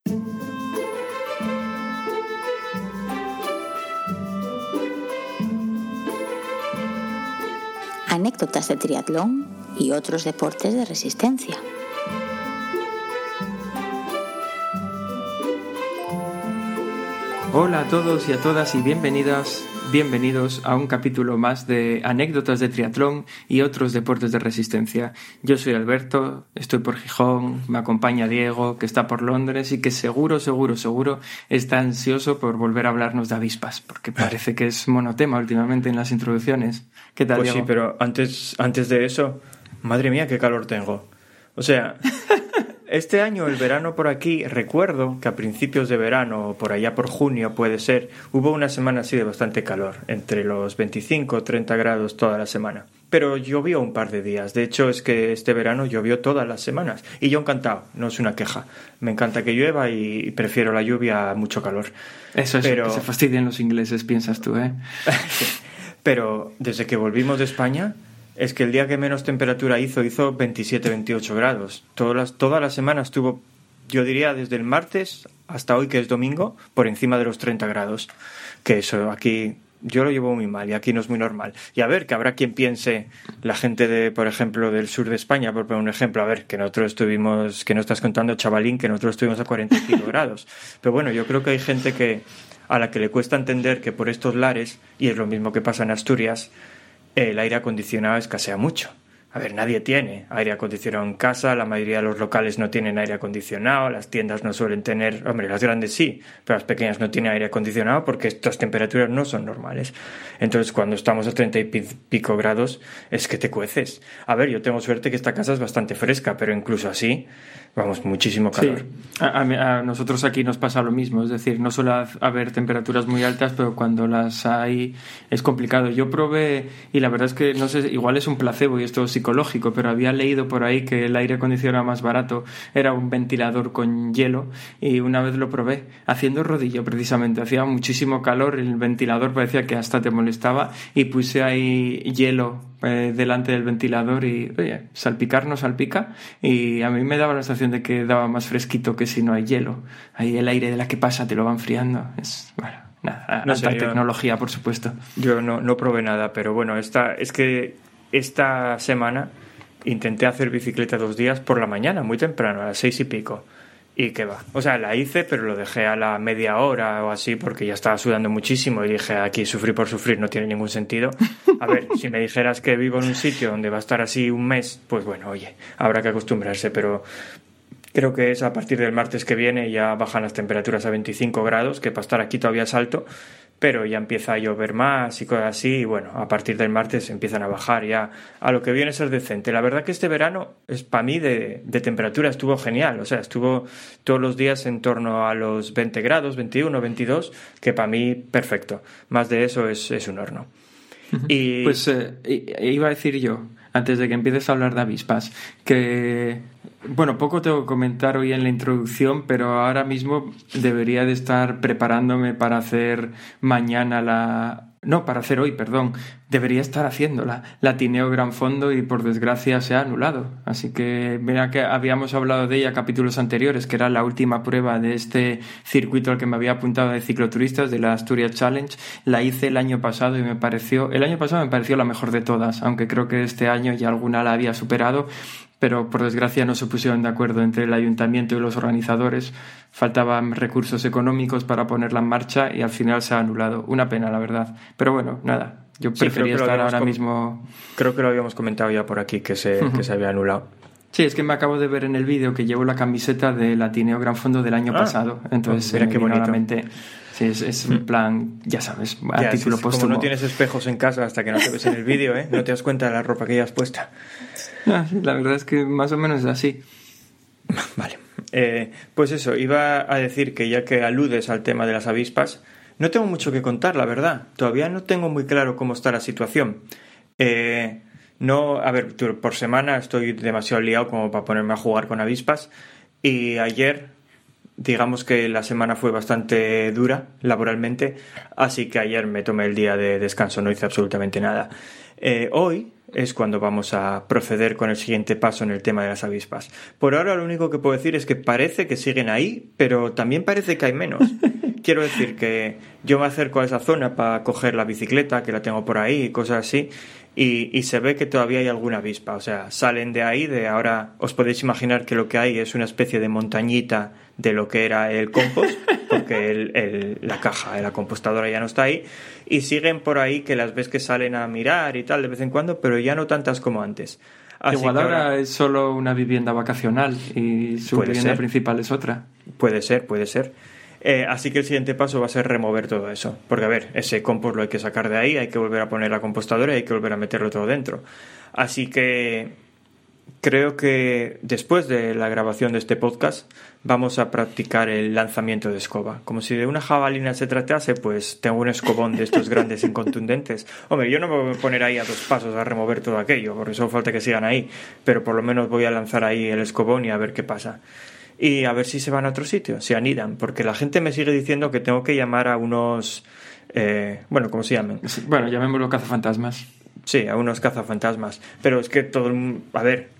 Anécdotas de triatlón y otros deportes de resistencia. Hola a todos y a todas y bienvenidos a un capítulo más de Anécdotas de triatlón y otros deportes de resistencia. Yo soy Alberto, estoy por Gijón, me acompaña Diego, que está por Londres y que seguro está ansioso por volver a hablarnos de avispas, porque parece que es monotema últimamente en las introducciones. ¿Qué tal, Pues Diego? sí, pero antes de eso, madre mía, qué calor tengo. O sea, este año el verano por aquí, recuerdo que a principios de verano, o por allá por junio puede ser, hubo una semana así de bastante calor, entre los 25 o 30 grados toda la semana. Pero llovió un par de días. De hecho, es que este verano llovió todas las semanas. Y yo encantado, no es una queja. Me encanta que llueva y prefiero la lluvia a mucho calor. Eso es que se fastidian los ingleses, piensas tú, ¿eh? Pero desde que volvimos de España, es que el día que menos temperatura hizo 27-28 grados. Toda la semana estuvo, yo diría, desde el martes hasta hoy, que es domingo, por encima de los 30 grados. Que eso, aquí yo lo llevo muy mal y aquí no es muy normal. Y a ver, que habrá quien piense, la gente de, por ejemplo, del sur de España, por poner un ejemplo, a ver, que nosotros estuvimos, que no estás contando, chavalín, que nosotros estuvimos a 45 grados. Pero bueno, yo creo que hay gente a la que le cuesta entender que por estos lares, y es lo mismo que pasa en Asturias, el aire acondicionado escasea mucho. A ver, nadie tiene aire acondicionado en casa, la mayoría de los locales no tienen aire acondicionado, las tiendas no suelen tener, hombre, las grandes sí, pero las pequeñas no tienen aire acondicionado porque estas temperaturas no son normales. Entonces, cuando estamos a 30 y pico grados, es que te cueces. A ver, yo tengo suerte que esta casa es bastante fresca, pero incluso así, vamos, muchísimo calor. Sí, a nosotros aquí nos pasa lo mismo, es decir, no suele haber temperaturas muy altas, pero cuando las hay es complicado. Yo probé, y la verdad es que, no sé, igual es un placebo y esto es psicológico, pero había leído por ahí que el aire acondicionado más barato era un ventilador con hielo, y una vez lo probé, haciendo rodillo precisamente, hacía muchísimo calor, el ventilador parecía que hasta te molestaba, y puse ahí hielo delante del ventilador y, oye, salpicar no salpica, y a mí me daba la sensación de que daba más fresquito que si no hay hielo. Ahí el aire de la que pasa te lo va enfriando. Es, bueno, nada, no alta sé, tecnología, por supuesto. Yo no probé nada, pero bueno, es que esta semana intenté hacer bicicleta 2 días por la mañana, muy temprano, a las 6 y pico. Y qué va. O sea, la hice, pero lo dejé a la media hora o así porque ya estaba sudando muchísimo y dije, aquí sufrir por sufrir no tiene ningún sentido. A ver, si me dijeras que vivo en un sitio donde va a estar así un mes, pues bueno, oye, habrá que acostumbrarse, pero creo que es a partir del martes que viene ya bajan las temperaturas a 25 grados, que para estar aquí todavía es alto, pero ya empieza a llover más y cosas así, y bueno, a partir del martes empiezan a bajar ya a lo que viene a ser decente. La verdad que este verano, para mí, de temperatura estuvo genial, o sea, estuvo todos los días en torno a los 20 grados, 21, 22, que para mí, perfecto. Más de eso es un horno. Y pues iba a decir yo, antes de que empieces a hablar de avispas, que, bueno, poco tengo que comentar hoy en la introducción, pero ahora mismo debería de estar preparándome para hacer para hacer hoy, perdón. Debería estar haciéndola. La Tineo Gran Fondo y por desgracia se ha anulado. Así que mira que habíamos hablado de ella capítulos anteriores, que era la última prueba de este circuito al que me había apuntado de cicloturistas, de la Asturias Challenge. La hice el año pasado y me pareció la mejor de todas, aunque creo que este año ya alguna la había superado. Pero por desgracia no se pusieron de acuerdo entre el ayuntamiento y los organizadores. Faltaban recursos económicos para ponerla en marcha y al final se ha anulado. Una pena, la verdad. Pero bueno, nada. Yo prefería estar ahora mismo. Creo que lo habíamos comentado ya por aquí, que se había anulado. Sí, es que me acabo de ver en el vídeo que llevo la camiseta de la Tineo Gran Fondo del año pasado. Entonces, mira qué bonito. Sí, es un plan, ya sabes, a título póstumo. Como no tienes espejos en casa hasta que no te ves en el vídeo, no te das cuenta de la ropa que llevas puesta. La verdad es que más o menos es así. Vale. Pues eso, iba a decir que ya que aludes al tema de las avispas, no tengo mucho que contar, la verdad. Todavía no tengo muy claro cómo está la situación. A ver, por semana estoy demasiado liado como para ponerme a jugar con avispas. Y ayer digamos que la semana fue bastante dura laboralmente, así que ayer me tomé el día de descanso, no hice absolutamente nada. Hoy es cuando vamos a proceder con el siguiente paso en el tema de las avispas. Por ahora lo único que puedo decir es que parece que siguen ahí, pero también parece que hay menos. Quiero decir que yo me acerco a esa zona para coger la bicicleta, que la tengo por ahí y cosas así, y se ve que todavía hay alguna avispa. O sea, salen de ahí, de ahora os podéis imaginar que lo que hay es una especie de montañita de lo que era el compost, porque la caja de la compostadora ya no está ahí, y siguen por ahí que las ves que salen a mirar y tal de vez en cuando, pero ya no tantas como antes. Así Igual que ahora es solo una vivienda vacacional y su vivienda principal es otra. Puede ser. Así que el siguiente paso va a ser remover todo eso. Porque, a ver, ese compost lo hay que sacar de ahí, hay que volver a poner la compostadora y hay que volver a meterlo todo dentro. Así que creo que después de la grabación de este podcast vamos a practicar el lanzamiento de escoba. Como si de una jabalina se tratase, pues tengo un escobón de estos grandes y contundentes. Hombre, yo no me voy a poner ahí a 2 pasos a remover todo aquello, porque solo falta que sigan ahí. Pero por lo menos voy a lanzar ahí el escobón y a ver qué pasa. Y a ver si se van a otro sitio, si anidan, porque la gente me sigue diciendo que tengo que llamar a unos... ¿cómo se llaman? Bueno, llamémoslo cazafantasmas. Sí, a unos cazafantasmas. Pero es que todo el mundo... A ver,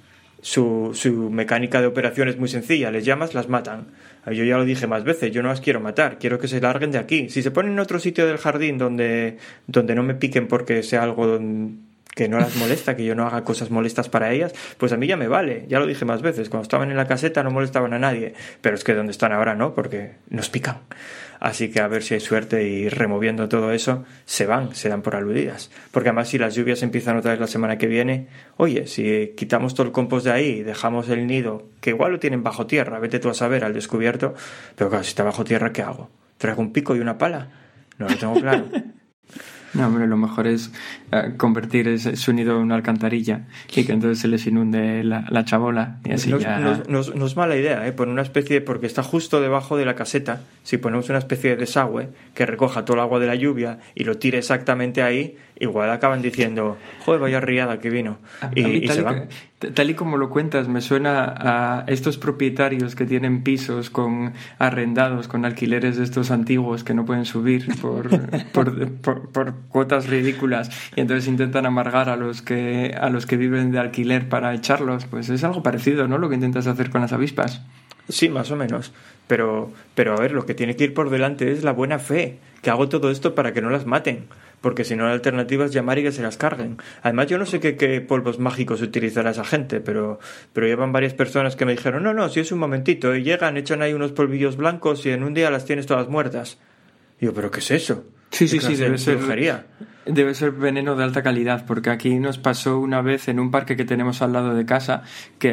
su mecánica de operación es muy sencilla. Les llamas, las matan. Yo ya lo dije más veces, yo no las quiero matar, quiero que se larguen de aquí. Si se ponen en otro sitio del jardín donde no me piquen porque sea algo que no las molesta, que yo no haga cosas molestas para ellas, pues a mí ya me vale. Ya lo dije más veces, cuando estaban en la caseta no molestaban a nadie, pero es que donde están ahora no, porque nos pican. Así que a ver si hay suerte y removiendo todo eso se dan por aludidas. Porque además si las lluvias empiezan otra vez la semana que viene, oye, si quitamos todo el compost de ahí y dejamos el nido, que igual lo tienen bajo tierra, vete tú a saber al descubierto, pero claro, si está bajo tierra, ¿qué hago? ¿Traigo un pico y una pala? No lo tengo claro. No, hombre, lo mejor es convertir su nido en una alcantarilla y que entonces se les inunde la chabola y así no es mala idea, poner una especie, porque está justo debajo de la caseta. Si ponemos una especie de desagüe que recoja todo el agua de la lluvia y lo tire exactamente ahí, igual acaban diciendo, joder, vaya riada que vino, y se van. Tal y como lo cuentas, me suena a estos propietarios que tienen pisos con arrendados, con alquileres de estos antiguos que no pueden subir por cuotas ridículas y entonces intentan amargar a los que viven de alquiler para echarlos. Pues es algo parecido, ¿no? Lo que intentas hacer con las avispas. Sí, más o menos. Pero a ver, lo que tiene que ir por delante es la buena fe, que hago todo esto para que no las maten. Porque si no, la alternativa es llamar y que se las carguen. Además, yo no sé qué polvos mágicos utilizará esa gente, pero llevan varias personas que me dijeron, no, si es un momentito, y llegan, echan ahí unos polvillos blancos y en un día las tienes todas muertas. Y yo, ¿pero qué es eso? Sí, debe ser veneno de alta calidad, porque aquí nos pasó una vez en un parque que tenemos al lado de casa que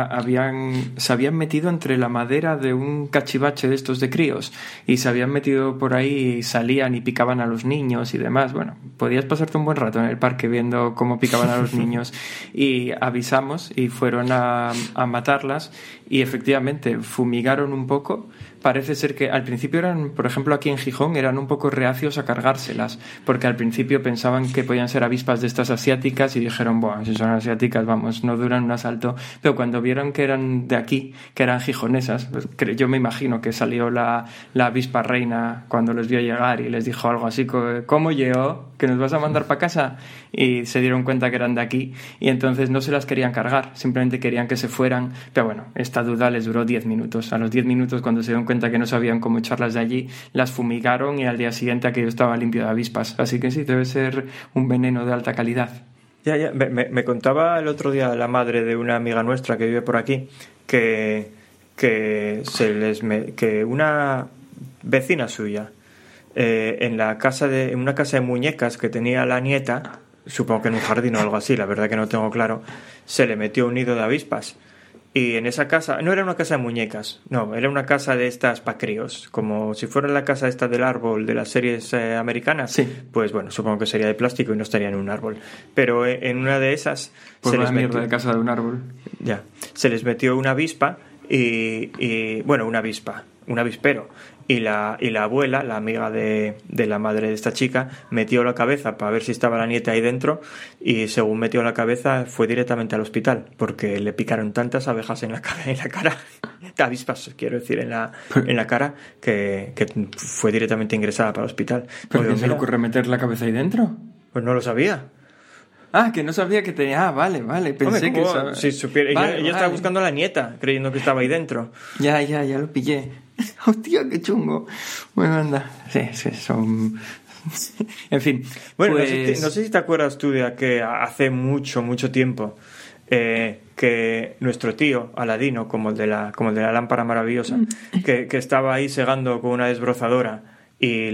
se habían metido entre la madera de un cachivache de estos de críos y se habían metido por ahí y salían y picaban a los niños y demás. Bueno, podías pasarte un buen rato en el parque viendo cómo picaban a los niños y avisamos y fueron a matarlas y efectivamente fumigaron un poco. Parece ser que al principio eran, por ejemplo aquí en Gijón, eran un poco reacios a cargárselas, porque al principio pensaban que podían ser avispas de estas asiáticas y dijeron, bueno, si son asiáticas, vamos, no duran un asalto. Pero cuando vieron que eran de aquí, que eran gijonesas, pues, yo me imagino que salió la avispa reina cuando les vio llegar y les dijo algo así, ¿cómo llegó? ¿Que nos vas a mandar para casa? Y se dieron cuenta que eran de aquí y entonces no se las querían cargar, simplemente querían que se fueran. Pero bueno, esta duda les duró 10 minutos. A los 10 minutos, cuando se dieron cuenta que no sabían cómo echarlas de allí, las fumigaron y al día siguiente aquello estaba limpio de avispas. Así que sí, debe ser un veneno de alta calidad. Ya. Me contaba el otro día la madre de una amiga nuestra que vive por aquí que una vecina suya en una casa de muñecas que tenía la nieta, supongo que en un jardín o algo así, la verdad que no tengo claro, se le metió un nido de avispas. Y en esa casa, no era una casa de muñecas, no, era una casa de estas para críos, como si fuera la casa esta del árbol de las series americanas. Sí. Pues bueno, supongo que sería de plástico y no estaría en un árbol. Pero en una de esas pues se les metió de casa de un árbol. Ya, se les metió una avispa un avispero. Y la abuela, la amiga de la madre de esta chica, metió la cabeza para ver si estaba la nieta ahí dentro y según metió la cabeza fue directamente al hospital porque le picaron tantas abejas en la cara. avispas, quiero decir, en la cara, que fue directamente ingresada para el hospital. ¿Pero quién se le ocurre meter la cabeza ahí dentro? Pues no lo sabía. Ah, que no sabía que tenía... Ah, vale, pensé Hombre, que... Si supiera... Vale, ella estaba buscando a la nieta, creyendo que estaba ahí dentro. Ya lo pillé. Hostia, qué chungo. Bueno, anda. Sí, son... En fin. Bueno, pues... no sé si te acuerdas tú de que hace mucho, mucho tiempo que nuestro tío, Aladino, como el de la lámpara maravillosa, que estaba ahí segando con una desbrozadora y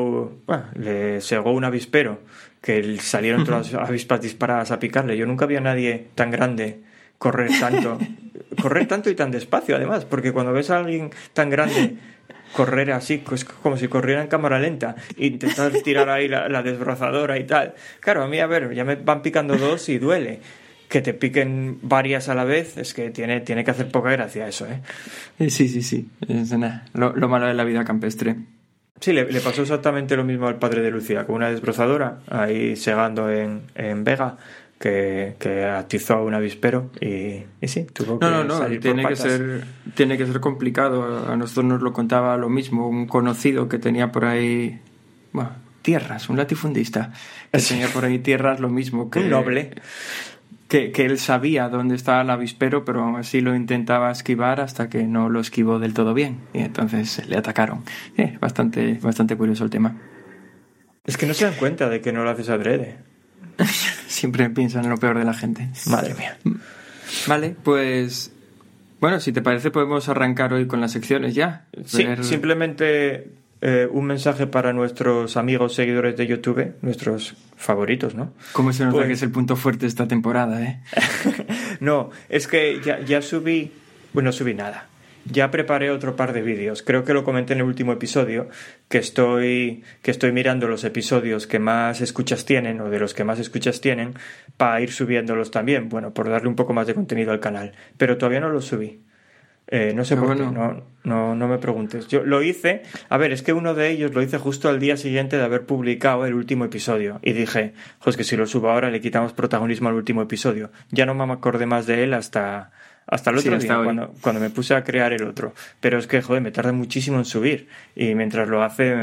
le segó un avispero, que salieron todas las avispas disparadas a picarle. Yo nunca vi a nadie tan grande correr tanto y tan despacio, además, porque cuando ves a alguien tan grande correr así, es como si corriera en cámara lenta, intentar tirar ahí la desbrozadora y tal. Claro, a mí, ya me van picando dos y duele. Que te piquen varias a la vez, es que tiene que hacer poca gracia eso, ¿eh? Sí. Es lo malo de la vida campestre. Sí, le pasó exactamente lo mismo al padre de Lucía, con una desbrozadora, ahí segando en Vega, que atizó a un avispero y sí, tuvo que salir por patas. Tiene que ser complicado. A nosotros nos lo contaba lo mismo, un conocido que tenía por ahí... Bueno, tierras, un latifundista, que tenía por ahí tierras, lo mismo que... Un noble. Que él sabía dónde estaba el avispero, pero aún así lo intentaba esquivar hasta que no lo esquivó del todo bien. Y entonces le atacaron. Bastante curioso el tema. Es que no se dan cuenta de que no lo haces adrede. Siempre piensan en lo peor de la gente. Madre mía. Vale, pues... Bueno, si te parece podemos arrancar hoy con las secciones ya. Sí, simplemente... un mensaje para nuestros amigos seguidores de YouTube, nuestros favoritos, ¿no? ¿Cómo se nota que es el punto fuerte de esta temporada, eh? No, es que ya subí... Bueno, no subí nada. Ya preparé otro par de vídeos. Creo que lo comenté en el último episodio, que estoy mirando los episodios que más escuchas tienen, o de los que más escuchas tienen, para ir subiéndolos también. Bueno, por darle un poco más de contenido al canal. Pero todavía no los subí. No sé por qué, no me preguntes. Yo lo hice, es que uno de ellos lo hice justo al día siguiente de haber publicado el último episodio y dije, es que si lo subo ahora le quitamos protagonismo al último episodio. Ya no me acordé más de él hasta el otro día, cuando me puse a crear el otro. Pero es que, me tarda muchísimo en subir y mientras lo hace,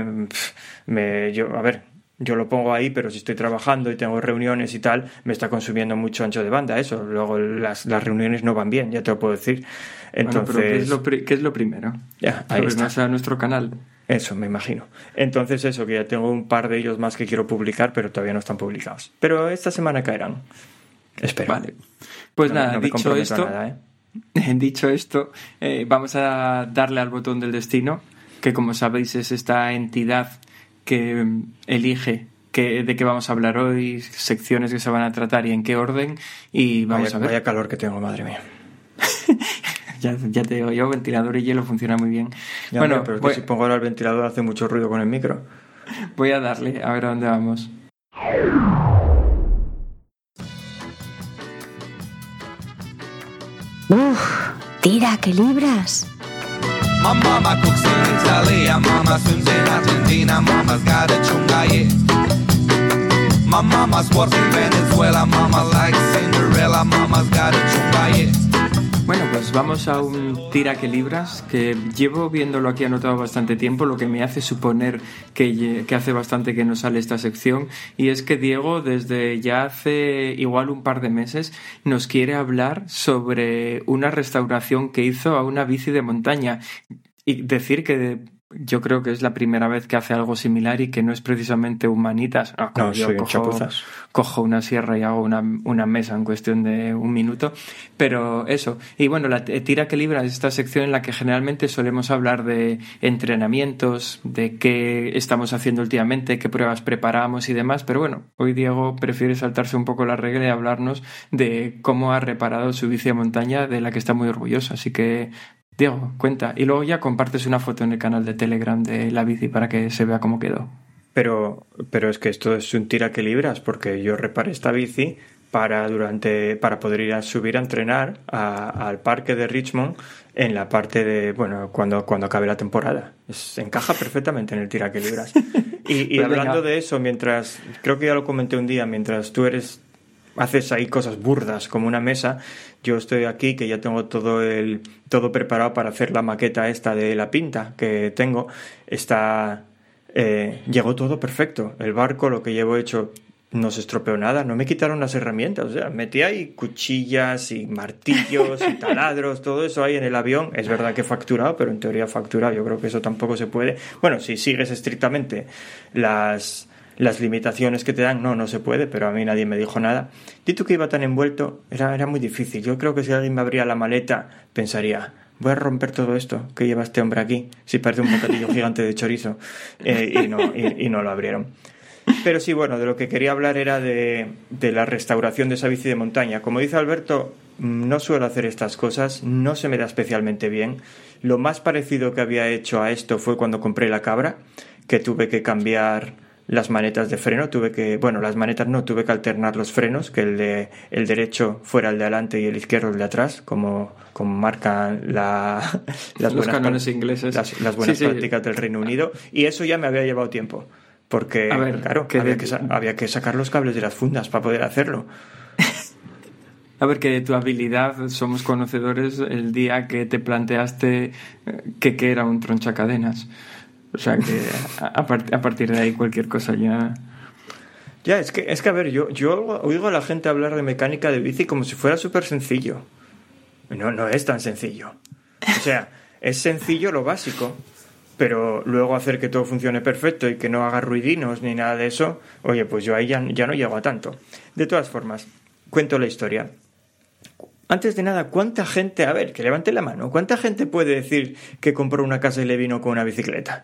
yo lo pongo ahí, pero si estoy trabajando y tengo reuniones y tal, me está consumiendo mucho ancho de banda eso. Luego las reuniones no van bien, ya te lo puedo decir. Entonces, pero ¿qué es lo primero? Ya, ahí está. A nuestro canal. Eso, me imagino. Entonces eso, que ya tengo un par de ellos más que quiero publicar, pero todavía no están publicados. Pero esta semana caerán. Espero. Vale. Pues no dicho esto... Nada, Dicho esto, vamos a darle al botón del destino, que como sabéis es esta entidad que elige de qué vamos a hablar hoy, secciones que se van a tratar y en qué orden, y vamos a ver. Vaya calor que tengo, madre mía. ya te digo yo, ventilador y hielo funciona muy bien. Ya, bueno, pero es que si pongo ahora el ventilador hace mucho ruido con el micro. Voy a darle, a ver a dónde vamos. Tira, que libras. My mama cooks in Italy, my mama swims in Argentina, mama's got a chunga, yeah. My mama's works in Venezuela, mama likes Cinderella, mama's got a chunga, yeah. Bueno, pues vamos a un tira que libras, que llevo viéndolo aquí anotado bastante tiempo, lo que me hace suponer que hace bastante que no sale esta sección, y es que Diego desde ya hace igual un par de meses nos quiere hablar sobre una restauración que hizo a una bici de montaña, y decir que yo creo que es la primera vez que hace algo similar y que no es precisamente un manitas. No, yo cojo una sierra y hago una mesa en cuestión de un minuto. Pero eso. Y bueno, la tira que libra es esta sección en la que generalmente solemos hablar de entrenamientos, de qué estamos haciendo últimamente, qué pruebas preparamos y demás. Pero bueno, hoy Diego prefiere saltarse un poco la regla y hablarnos de cómo ha reparado su bici de montaña, de la que está muy orgulloso. Así que... Diego, cuenta. Y luego ya compartes una foto en el canal de Telegram de la bici para que se vea cómo quedó. Pero es que esto es un tira que libras, porque yo reparé esta bici para poder ir a subir a entrenar al parque de Richmond en la parte de, cuando acabe la temporada. Encaja perfectamente en el tira que libras. Y pues hablando venga. de eso, creo que ya lo comenté un día, mientras tú eres haces ahí cosas burdas como una mesa. Yo estoy aquí que ya tengo todo preparado para hacer la maqueta esta de la pinta que tengo. Llegó todo perfecto. El barco, lo que llevo hecho, no se estropeó nada, no me quitaron las herramientas, o sea, metí ahí cuchillas y martillos y taladros, todo eso ahí en el avión. Es verdad que he facturado, pero en teoría facturado, yo creo que eso tampoco se puede. Bueno, si sigues estrictamente las limitaciones que te dan, no se puede, pero a mí nadie me dijo nada. Dito que iba tan envuelto, era muy difícil. Yo creo que si alguien me abría la maleta, pensaría, voy a romper todo esto que lleva este hombre aquí, si parece un bocadillo gigante de chorizo, y no lo abrieron. Pero sí, bueno, de lo que quería hablar era de la restauración de esa bici de montaña. Como dice Alberto, no suelo hacer estas cosas, no se me da especialmente bien. Lo más parecido que había hecho a esto fue cuando compré la Cabra, que tuve que cambiar las manetas de freno, tuve que alternar los frenos, que el derecho fuera el de adelante y el izquierdo el de atrás, como marcan los cánones ingleses. Las buenas prácticas del Reino Unido, y eso ya me había llevado tiempo. Porque, claro, había que sacar los cables de las fundas para poder hacerlo. A ver, que de tu habilidad somos conocedores el día que te planteaste que era un tronchacadenas. O sea que a partir de ahí cualquier cosa ya... Ya, es que a ver, yo oigo a la gente hablar de mecánica de bici como si fuera súper sencillo. No es tan sencillo. O sea, es sencillo lo básico, pero luego hacer que todo funcione perfecto y que no haga ruidinos ni nada de eso, oye, pues yo ahí ya no llego a tanto. De todas formas, cuento la historia. Antes de nada, ¿cuánta gente, a ver, que levante la mano, cuánta gente puede decir que compró una casa y le vino con una bicicleta?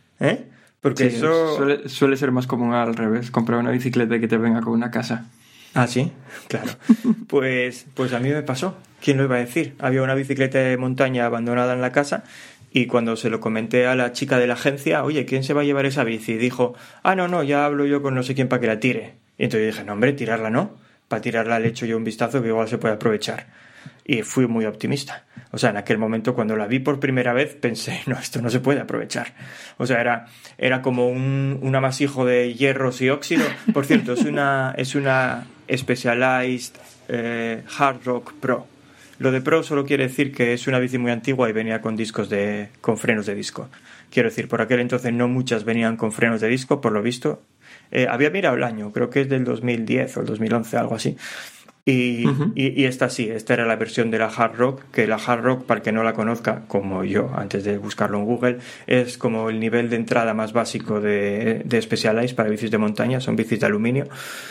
Porque sí, eso... suele ser más común al revés, comprar una bicicleta y que te venga con una casa. Ah, sí, claro. Pues a mí me pasó. ¿Quién lo iba a decir? Había una bicicleta de montaña abandonada en la casa. Y cuando se lo comenté a la chica de la agencia, oye, ¿quién se va a llevar esa bici? Y dijo, no, ya hablo yo con no sé quién para que la tire. Y entonces dije, no, hombre, tirarla no. Para tirarla le echo yo un vistazo que igual se puede aprovechar. Y fui muy optimista. O sea, en aquel momento cuando la vi por primera vez pensé, no, esto no se puede aprovechar. O sea, era como un amasijo de hierros y óxido. Por cierto, es una Specialized Hard Rock Pro. Lo de Pro solo quiere decir que es una bici muy antigua y venía con con frenos de disco. Quiero decir, por aquel entonces no muchas venían con frenos de disco, por lo visto. Había mirado el año, creo que es del 2010 o el 2011, algo así. Y esta era la versión de la Hard Rock, que la Hard Rock, para el que no la conozca, como yo, antes de buscarlo en Google, es como el nivel de entrada más básico de Specialized para bicis de montaña, son bicis de aluminio.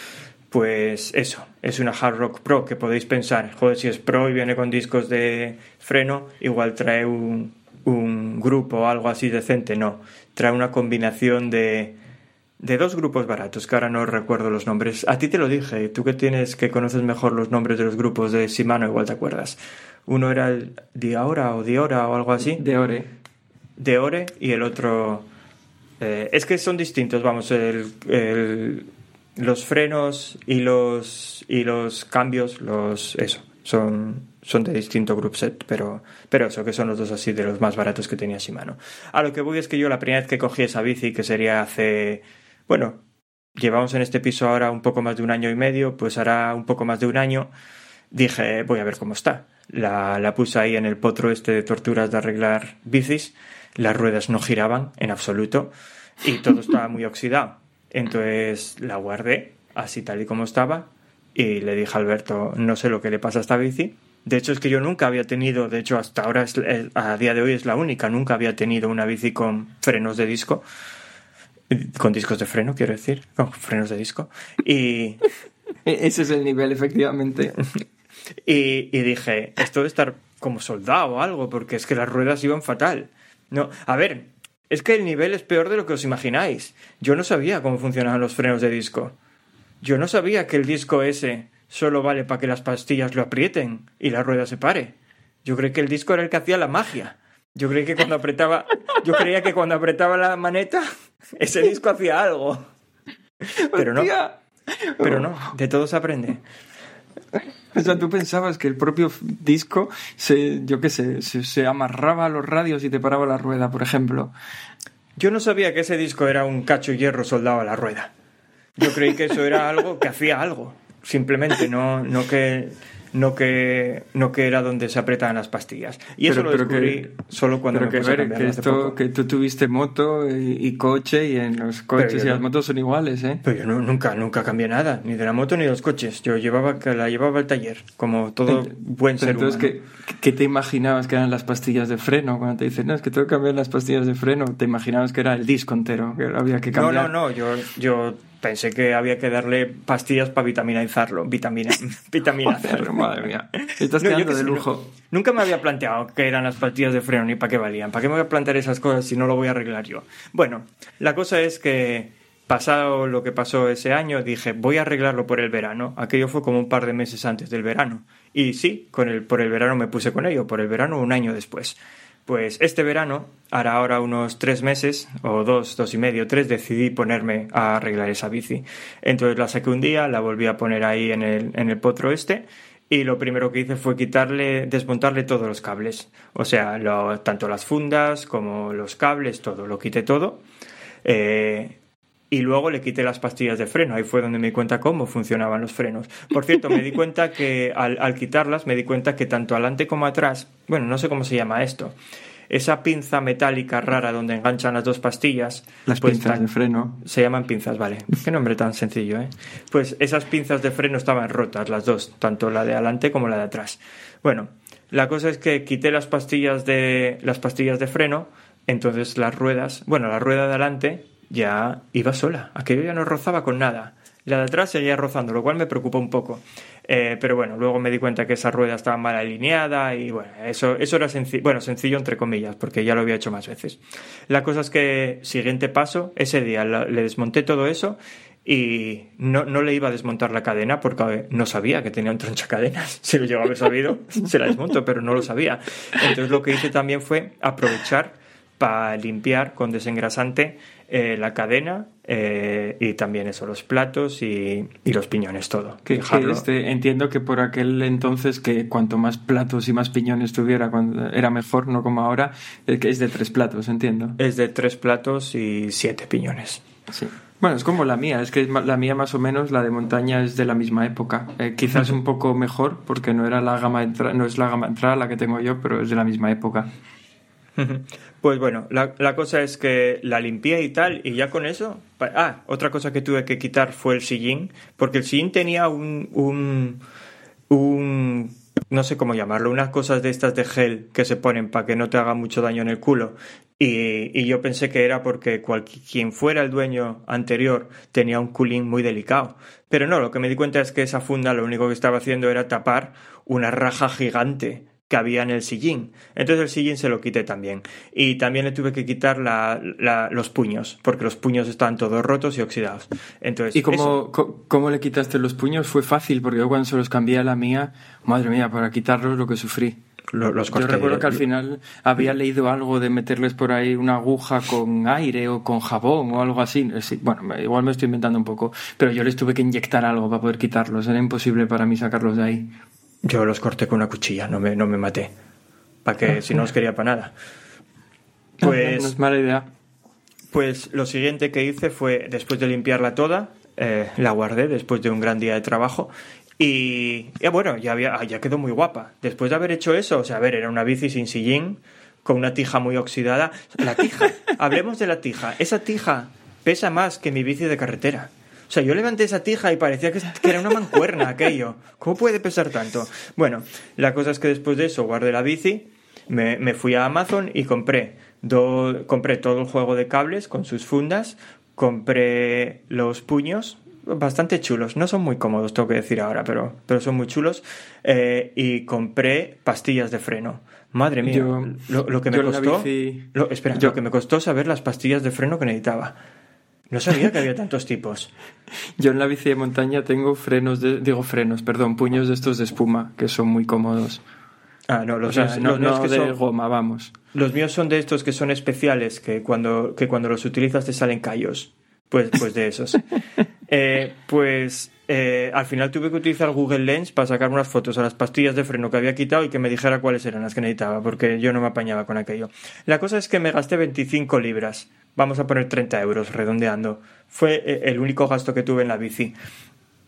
Pues eso, es una Hard Rock Pro, que podéis pensar, joder, si es Pro y viene con discos de freno, igual trae un grupo o algo así decente. No, trae una combinación de dos grupos baratos, que ahora no recuerdo los nombres. A ti te lo dije, tú que conoces mejor los nombres de los grupos de Shimano, igual te acuerdas. Uno era el Diora o algo así. Deore, y el otro... es que son distintos, vamos, los frenos y los cambios, son de distinto group set, pero eso, que son los dos así de los más baratos que tenía Shimano. A lo que voy es que yo la primera vez que cogí esa bici, que sería hace... Bueno, llevamos en este piso ahora un poco más de 1 año y medio, pues hará un poco más de 1 año, dije, voy a ver cómo está. La puse ahí en el potro de torturas de arreglar bicis, las ruedas no giraban en absoluto y todo estaba muy oxidado. Entonces la guardé así tal y como estaba y le dije a Alberto, no sé lo que le pasa a esta bici. De hecho es que yo nunca había tenido, de hecho hasta ahora a día de hoy es la única, nunca había tenido una bici con frenos de disco, con discos de freno, quiero decir, con frenos de disco. Y ese es el nivel, efectivamente. y dije, esto debe estar como soldado o algo, porque es que las ruedas iban fatal. No, a ver... Es que el nivel es peor de lo que os imagináis. Yo no sabía cómo funcionaban los frenos de disco. Yo no sabía que el disco ese solo vale para que las pastillas lo aprieten y la rueda se pare. Yo creí que el disco era el que hacía la magia. Yo creía que cuando apretaba la maneta, ese disco hacía algo. Pero no, de todo se aprende. O sea, tú pensabas que el propio disco se amarraba a los radios y te paraba la rueda, por ejemplo. Yo no sabía que ese disco era un cacho de hierro soldado a la rueda. Yo creí que eso era algo que hacía algo. simplemente, no que era donde se apretaban las pastillas. Y eso lo descubrí solo cuando me puse a cambiarlo hace poco. Que tú tuviste moto y coche, y en los coches y las motos son iguales, ¿eh? Pero yo nunca cambié nada, ni de la moto ni de los coches. Yo la llevaba al taller, como todo buen ser humano. Entonces, ¿qué te imaginabas que eran las pastillas de freno? Cuando te dicen, no, es que tengo que cambiar las pastillas de freno, ¿te imaginabas que era el disco entero, que había que cambiar? No, yo pensé que había que darle pastillas para vitaminizarlo. Joder, madre mía. Estás quedando de lujo. Nunca me había planteado qué eran las pastillas de freno ni para qué valían. ¿Para qué me voy a plantear esas cosas si no lo voy a arreglar yo? Bueno, la cosa es que, pasado lo que pasó ese año, dije, voy a arreglarlo por el verano. Aquello fue como un par de meses antes del verano. Y sí, por el verano me puse con ello. Por el verano, un año después. Pues este verano, hará ahora unos 3 meses, o 2 y medio, 3, decidí ponerme a arreglar esa bici. Entonces la saqué un día, la volví a poner ahí en el potro y lo primero que hice fue desmontarle todos los cables. O sea, tanto las fundas como los cables, todo, lo quité todo. Y luego le quité las pastillas de freno. Ahí fue donde me di cuenta cómo funcionaban los frenos. Por cierto, me di cuenta que al quitarlas, me di cuenta que tanto adelante como atrás, bueno, no sé cómo se llama esto, esa pinza metálica rara donde enganchan las dos pastillas. Las pinzas de freno. Se llaman pinzas, vale. Qué nombre tan sencillo, ¿eh? Pues esas pinzas de freno estaban rotas, las dos, tanto la de adelante como la de atrás. Bueno, la cosa es que quité las pastillas de freno, entonces la rueda de adelante ya iba sola, aquello ya no rozaba con nada. La de atrás seguía rozando, lo cual me preocupó un poco. Pero bueno, luego me di cuenta que esa rueda estaba mal alineada y bueno, eso era sencillo entre comillas, porque ya lo había hecho más veces. La cosa es que, siguiente paso, ese día le desmonté todo eso y no le iba a desmontar la cadena porque no sabía que tenía un tronchacadenas. Si lo llegaba a haber sabido, se la desmonto, pero no lo sabía. Entonces lo que hice también fue aprovechar para limpiar con desengrasante la cadena y también los platos y los piñones, todo. Entiendo que por aquel entonces, que cuanto más platos y más piñones tuviera era mejor, no como ahora, que es de 3 platos, entiendo. Es de 3 platos y 7 piñones. Sí. Bueno, es como la mía, es que la mía más o menos, la de montaña, es de la misma época. Quizás un poco mejor, porque no es la gama entrada la que tengo yo, pero es de la misma época. Pues bueno, la cosa es que la limpié y tal, y ya con eso... otra cosa que tuve que quitar fue el sillín, porque el sillín tenía un no sé cómo llamarlo, unas cosas de estas de gel que se ponen para que no te haga mucho daño en el culo. Y yo pensé que era porque quien fuera el dueño anterior tenía un culín muy delicado. Pero no, lo que me di cuenta es que esa funda lo único que estaba haciendo era tapar una raja gigante que había en el sillín. Entonces el sillín se lo quité también. Y también le tuve que quitar los puños, porque los puños estaban todos rotos y oxidados. Entonces, ¿y cómo le quitaste los puños? Fue fácil, porque yo cuando se los cambié a la mía, madre mía, para quitarlos lo que sufrí. Los yo recuerdo que al final había leído algo de meterles por ahí una aguja con aire o con jabón o algo así. Sí, bueno, igual me estoy inventando un poco, pero yo les tuve que inyectar algo para poder quitarlos. Era imposible para mí sacarlos de ahí. Yo los corté con una cuchilla, no me maté. Para que si no los quería para nada. Pues no es mala idea. Pues lo siguiente que hice fue, después de limpiarla toda, la guardé después de un gran día de trabajo. Y bueno, ya quedó muy guapa. Después de haber hecho eso, o sea, era una bici sin sillín, con una tija muy oxidada. La tija, hablemos de la tija. Esa tija pesa más que mi bici de carretera. O sea, yo levanté esa tija y parecía que era una mancuerna aquello. ¿Cómo puede pesar tanto? Bueno, la cosa es que después de eso guardé la bici, me fui a Amazon y compré todo el juego de cables con sus fundas, compré los puños, bastante chulos, no son muy cómodos, tengo que decir ahora, pero son muy chulos, y compré pastillas de freno. Madre mía, lo que me costó... Lo que me costó saber las pastillas de freno que necesitaba. No sabía que había tantos tipos. Yo en la bici de montaña tengo puños de estos de espuma, que son muy cómodos. No, los míos que de goma, vamos. Los míos son de estos que son especiales, que cuando los utilizas te salen callos. Pues de esos. Al final tuve que utilizar Google Lens para sacar unas fotos a las pastillas de freno que había quitado y que me dijera cuáles eran las que necesitaba, porque yo no me apañaba con aquello. La cosa es que me gasté 25 libras. Vamos a poner 30 euros redondeando. Fue el único gasto que tuve en la bici.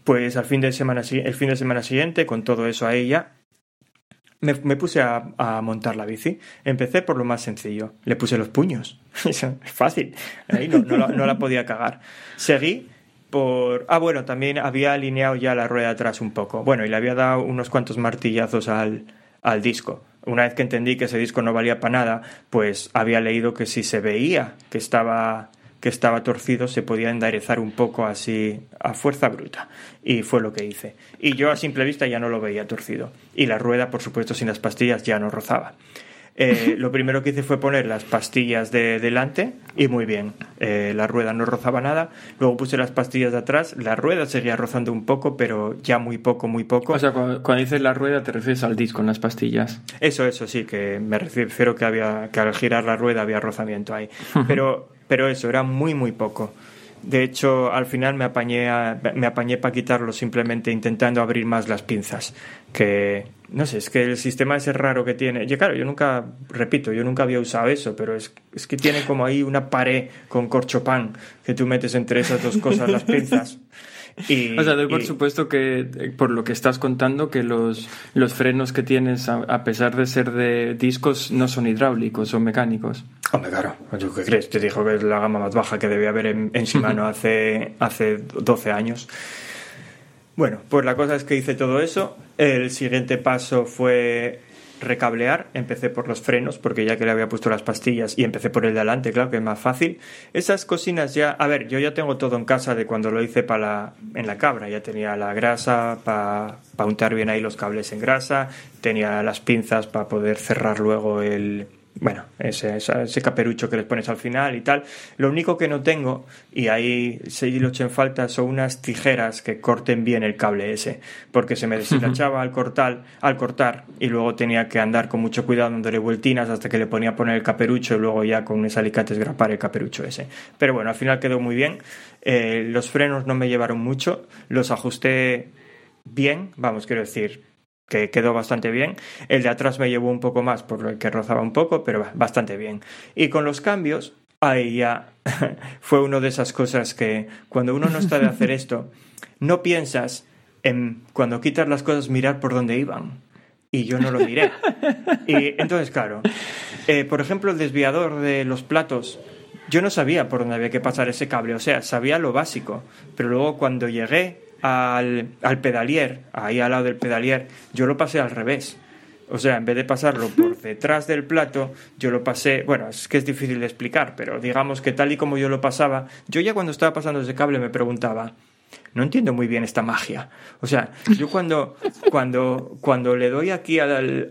Pues el fin de semana siguiente, con todo eso ahí ya, me puse a montar la bici. Empecé por lo más sencillo. Le puse los puños. Eso es fácil. Ahí no la podía cagar. Seguí por... bueno, también había alineado ya la rueda de atrás un poco. Bueno, y le había dado unos cuantos martillazos al disco. Una vez que entendí que ese disco no valía para nada, pues había leído que si se veía que estaba torcido, se podía enderezar un poco así a fuerza bruta. Y fue lo que hice. Y yo a simple vista ya no lo veía torcido. Y la rueda, por supuesto, sin las pastillas ya no rozaba. Lo primero que hice fue poner las pastillas de delante y muy bien. La rueda no rozaba nada. Luego puse las pastillas de atrás. La rueda seguía rozando un poco, pero ya muy poco. O sea, cuando dices la rueda te refieres al disco, con las pastillas. Eso sí, que me refiero que al girar la rueda había rozamiento ahí. Pero eso, era muy, muy poco. De hecho, al final me apañé para quitarlo simplemente intentando abrir más las pinzas. Que, no sé, es que el sistema ese raro que tiene... Claro, yo nunca había usado eso, pero es que tiene como ahí una pared con corchopán que tú metes entre esas dos cosas las pinzas. O sea, doy por supuesto que, por lo que estás contando, que los frenos que tienes, a pesar de ser de discos, no son hidráulicos, son mecánicos. Hombre, claro. ¿Tú qué crees? Te dijo que es la gama más baja que debía haber en Shimano hace 12 años. Bueno, pues la cosa es que hice todo eso. El siguiente paso fue recablear. Empecé por los frenos, porque ya que le había puesto las pastillas, y empecé por el de adelante, claro que es más fácil. Esas cocinas ya... A ver, yo ya tengo todo en casa de cuando lo hice en la cabra. Ya tenía la grasa para untar bien ahí los cables en grasa. Tenía las pinzas para poder cerrar luego ese caperucho que les pones al final y tal. Lo único que no tengo, y ahí sí lo eché en falta, son unas tijeras que corten bien el cable ese, porque se me deshilachaba al cortar y luego tenía que andar con mucho cuidado dándole vueltinas hasta que le ponía a poner el caperucho y luego ya con unos alicates grapar el caperucho ese. Pero bueno, al final quedó muy bien. Los frenos no me llevaron mucho, los ajusté bien, quiero decir que quedó bastante bien. El de atrás me llevó un poco más, por lo que rozaba un poco, pero bastante bien. Y con los cambios, ahí ya fue una de esas cosas que cuando uno no está de hacer esto, no piensas en, cuando quitas las cosas, mirar por dónde iban. Y yo no lo miré. Y entonces, claro, por ejemplo, el desviador de los platos, yo no sabía por dónde había que pasar ese cable. O sea, sabía lo básico, pero luego cuando llegué al pedalier, ahí al lado del pedalier, yo lo pasé al revés. O sea, en vez de pasarlo por detrás del plato, yo lo pasé... Bueno, es que es difícil de explicar, pero digamos que tal y como yo lo pasaba, yo ya cuando estaba pasando ese cable me preguntaba, no entiendo muy bien esta magia. O sea, yo cuando le doy aquí al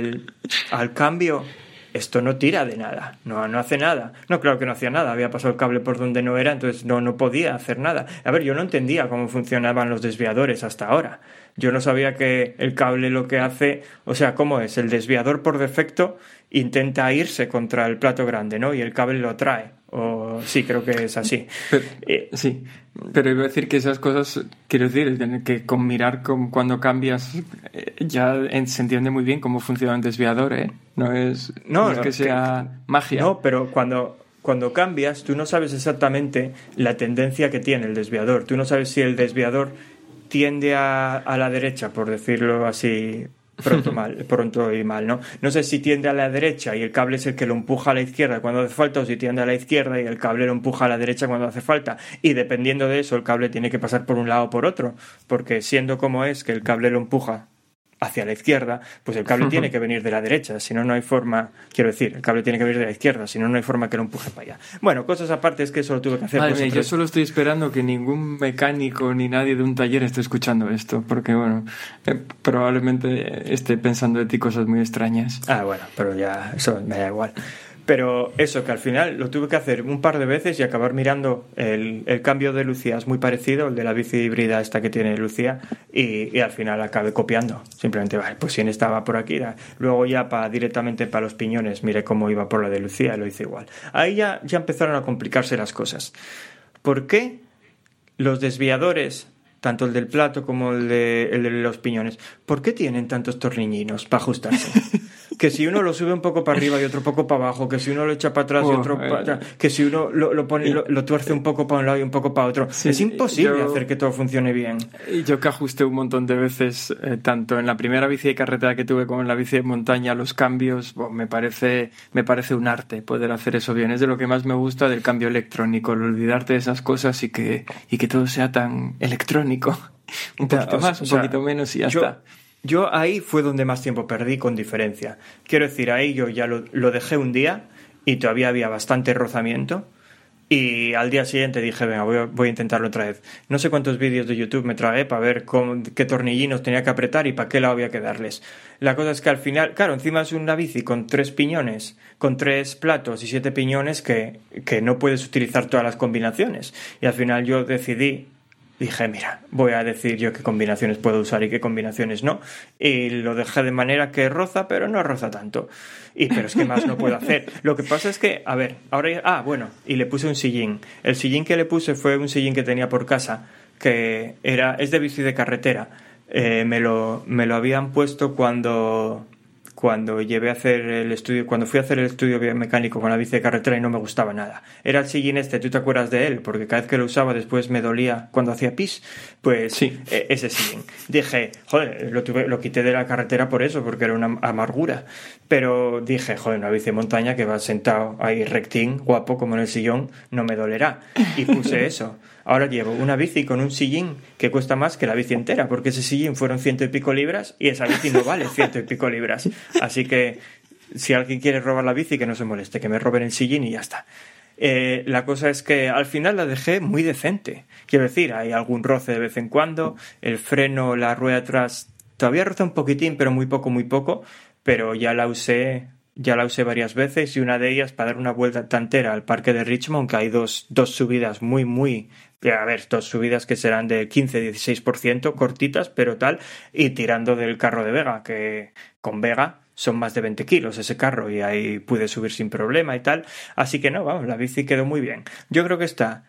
cambio, esto no tira de nada, no hace nada. No, claro que no hacía nada, había pasado el cable por donde no era, entonces no podía hacer nada. A ver, yo no entendía cómo funcionaban los desviadores hasta ahora. Yo no sabía que el cable lo que hace, o sea, ¿cómo es? El desviador por defecto intenta irse contra el plato grande, ¿no? Y el cable lo atrae. O sí, creo que es así. Sí, pero iba a decir que esas cosas, quiero decir, que con mirar cuando cambias ya se entiende muy bien cómo funciona un desviador, ¿eh? No es que sea magia. No, pero cuando cambias, tú no sabes exactamente la tendencia que tiene el desviador. Tú no sabes si el desviador tiende a la derecha, por decirlo así pronto y mal, ¿no? No sé si tiende a la derecha y el cable es el que lo empuja a la izquierda cuando hace falta, o si tiende a la izquierda y el cable lo empuja a la derecha cuando hace falta. Y dependiendo de eso, el cable tiene que pasar por un lado o por otro, porque siendo como es que el cable lo empuja hacia la izquierda, pues el cable tiene que venir de la derecha, si no, no hay forma, quiero decir, el cable tiene que venir de la izquierda, si no, no hay forma que lo empuje para allá. Bueno, cosas aparte, es que eso lo tuve que hacer. Madre, yo solo estoy esperando que ningún mecánico ni nadie de un taller esté escuchando esto, porque bueno, probablemente esté pensando de ti cosas muy extrañas. Bueno, pero ya, eso me da igual. Pero eso, que al final lo tuve que hacer un par de veces y acabar mirando el cambio de Lucía. Es muy parecido, el de la bici híbrida esta que tiene Lucía, y al final acabé copiando. Simplemente, vale, pues si estaba por aquí. Luego ya directamente para los piñones miré cómo iba por la de Lucía y lo hice igual. Ahí ya empezaron a complicarse las cosas. ¿Por qué los desviadores, tanto el del plato como el de los piñones, por qué tienen tantos tornillinos para ajustarse? que si uno lo sube un poco para arriba y otro poco para abajo, que si uno lo echa para atrás y otro para atrás, que si uno lo tuerce un poco para un lado y un poco para otro. Sí, es imposible hacer que todo funcione bien. Y yo que ajusté un montón de veces, tanto en la primera bici de carretera que tuve como en la bici de montaña, los cambios, me parece un arte poder hacer eso bien. Es de lo que más me gusta del cambio electrónico, el olvidarte de esas cosas y que todo sea tan electrónico. Un poquito más, un poquito menos y ya está. Yo ahí fue donde más tiempo perdí, con diferencia. Quiero decir, ahí yo ya lo dejé un día y todavía había bastante rozamiento. Y al día siguiente dije, venga, voy a intentarlo otra vez. No sé cuántos vídeos de YouTube me tragué para ver qué tornillinos tenía que apretar y para qué lado había que darles. La cosa es que al final, claro, encima es una bici con 3 piñones, con 3 platos y 7 piñones que no puedes utilizar todas las combinaciones. Y al final yo dije, mira, voy a decir yo qué combinaciones puedo usar y qué combinaciones no. Y lo dejé de manera que roza, pero no roza tanto. Pero es que más no puedo hacer. Lo que pasa es que, a ver, ahora... bueno, y le puse un sillín. El sillín que le puse fue un sillín que tenía por casa, que es de bici de carretera. Me lo habían puesto cuando llevé a hacer el estudio, cuando fui a hacer el estudio biomecánico con la bici de carretera y no me gustaba nada. Era el sillín ¿tú te acuerdas de él? Porque cada vez que lo usaba después me dolía cuando hacía pis. Pues sí. Ese sillín. Dije, joder, lo quité de la carretera por eso, porque era una amargura. Pero dije, joder, una bici de montaña que va sentado ahí rectín, guapo, como en el sillón, no me dolerá. Y puse eso. Ahora llevo una bici con un sillín que cuesta más que la bici entera, porque ese sillín fueron 100 y pico libras y esa bici no vale 100 y pico libras. Así que si alguien quiere robar la bici, que no se moleste, que me roben el sillín y ya está. La cosa es que al final la dejé muy decente. Quiero decir, hay algún roce de vez en cuando, el freno, la rueda atrás, todavía roza un poquitín, pero muy poco, pero ya la usé varias veces y una de ellas para dar una vuelta entera al parque de Richmond, que hay dos subidas muy... A ver, 2 subidas que serán de 15-16%, cortitas, pero tal, y tirando del carro de Vega, que con Vega son más de 20 kilos ese carro, y ahí pude subir sin problema y tal. Así que no, vamos, la bici quedó muy bien. Yo creo que está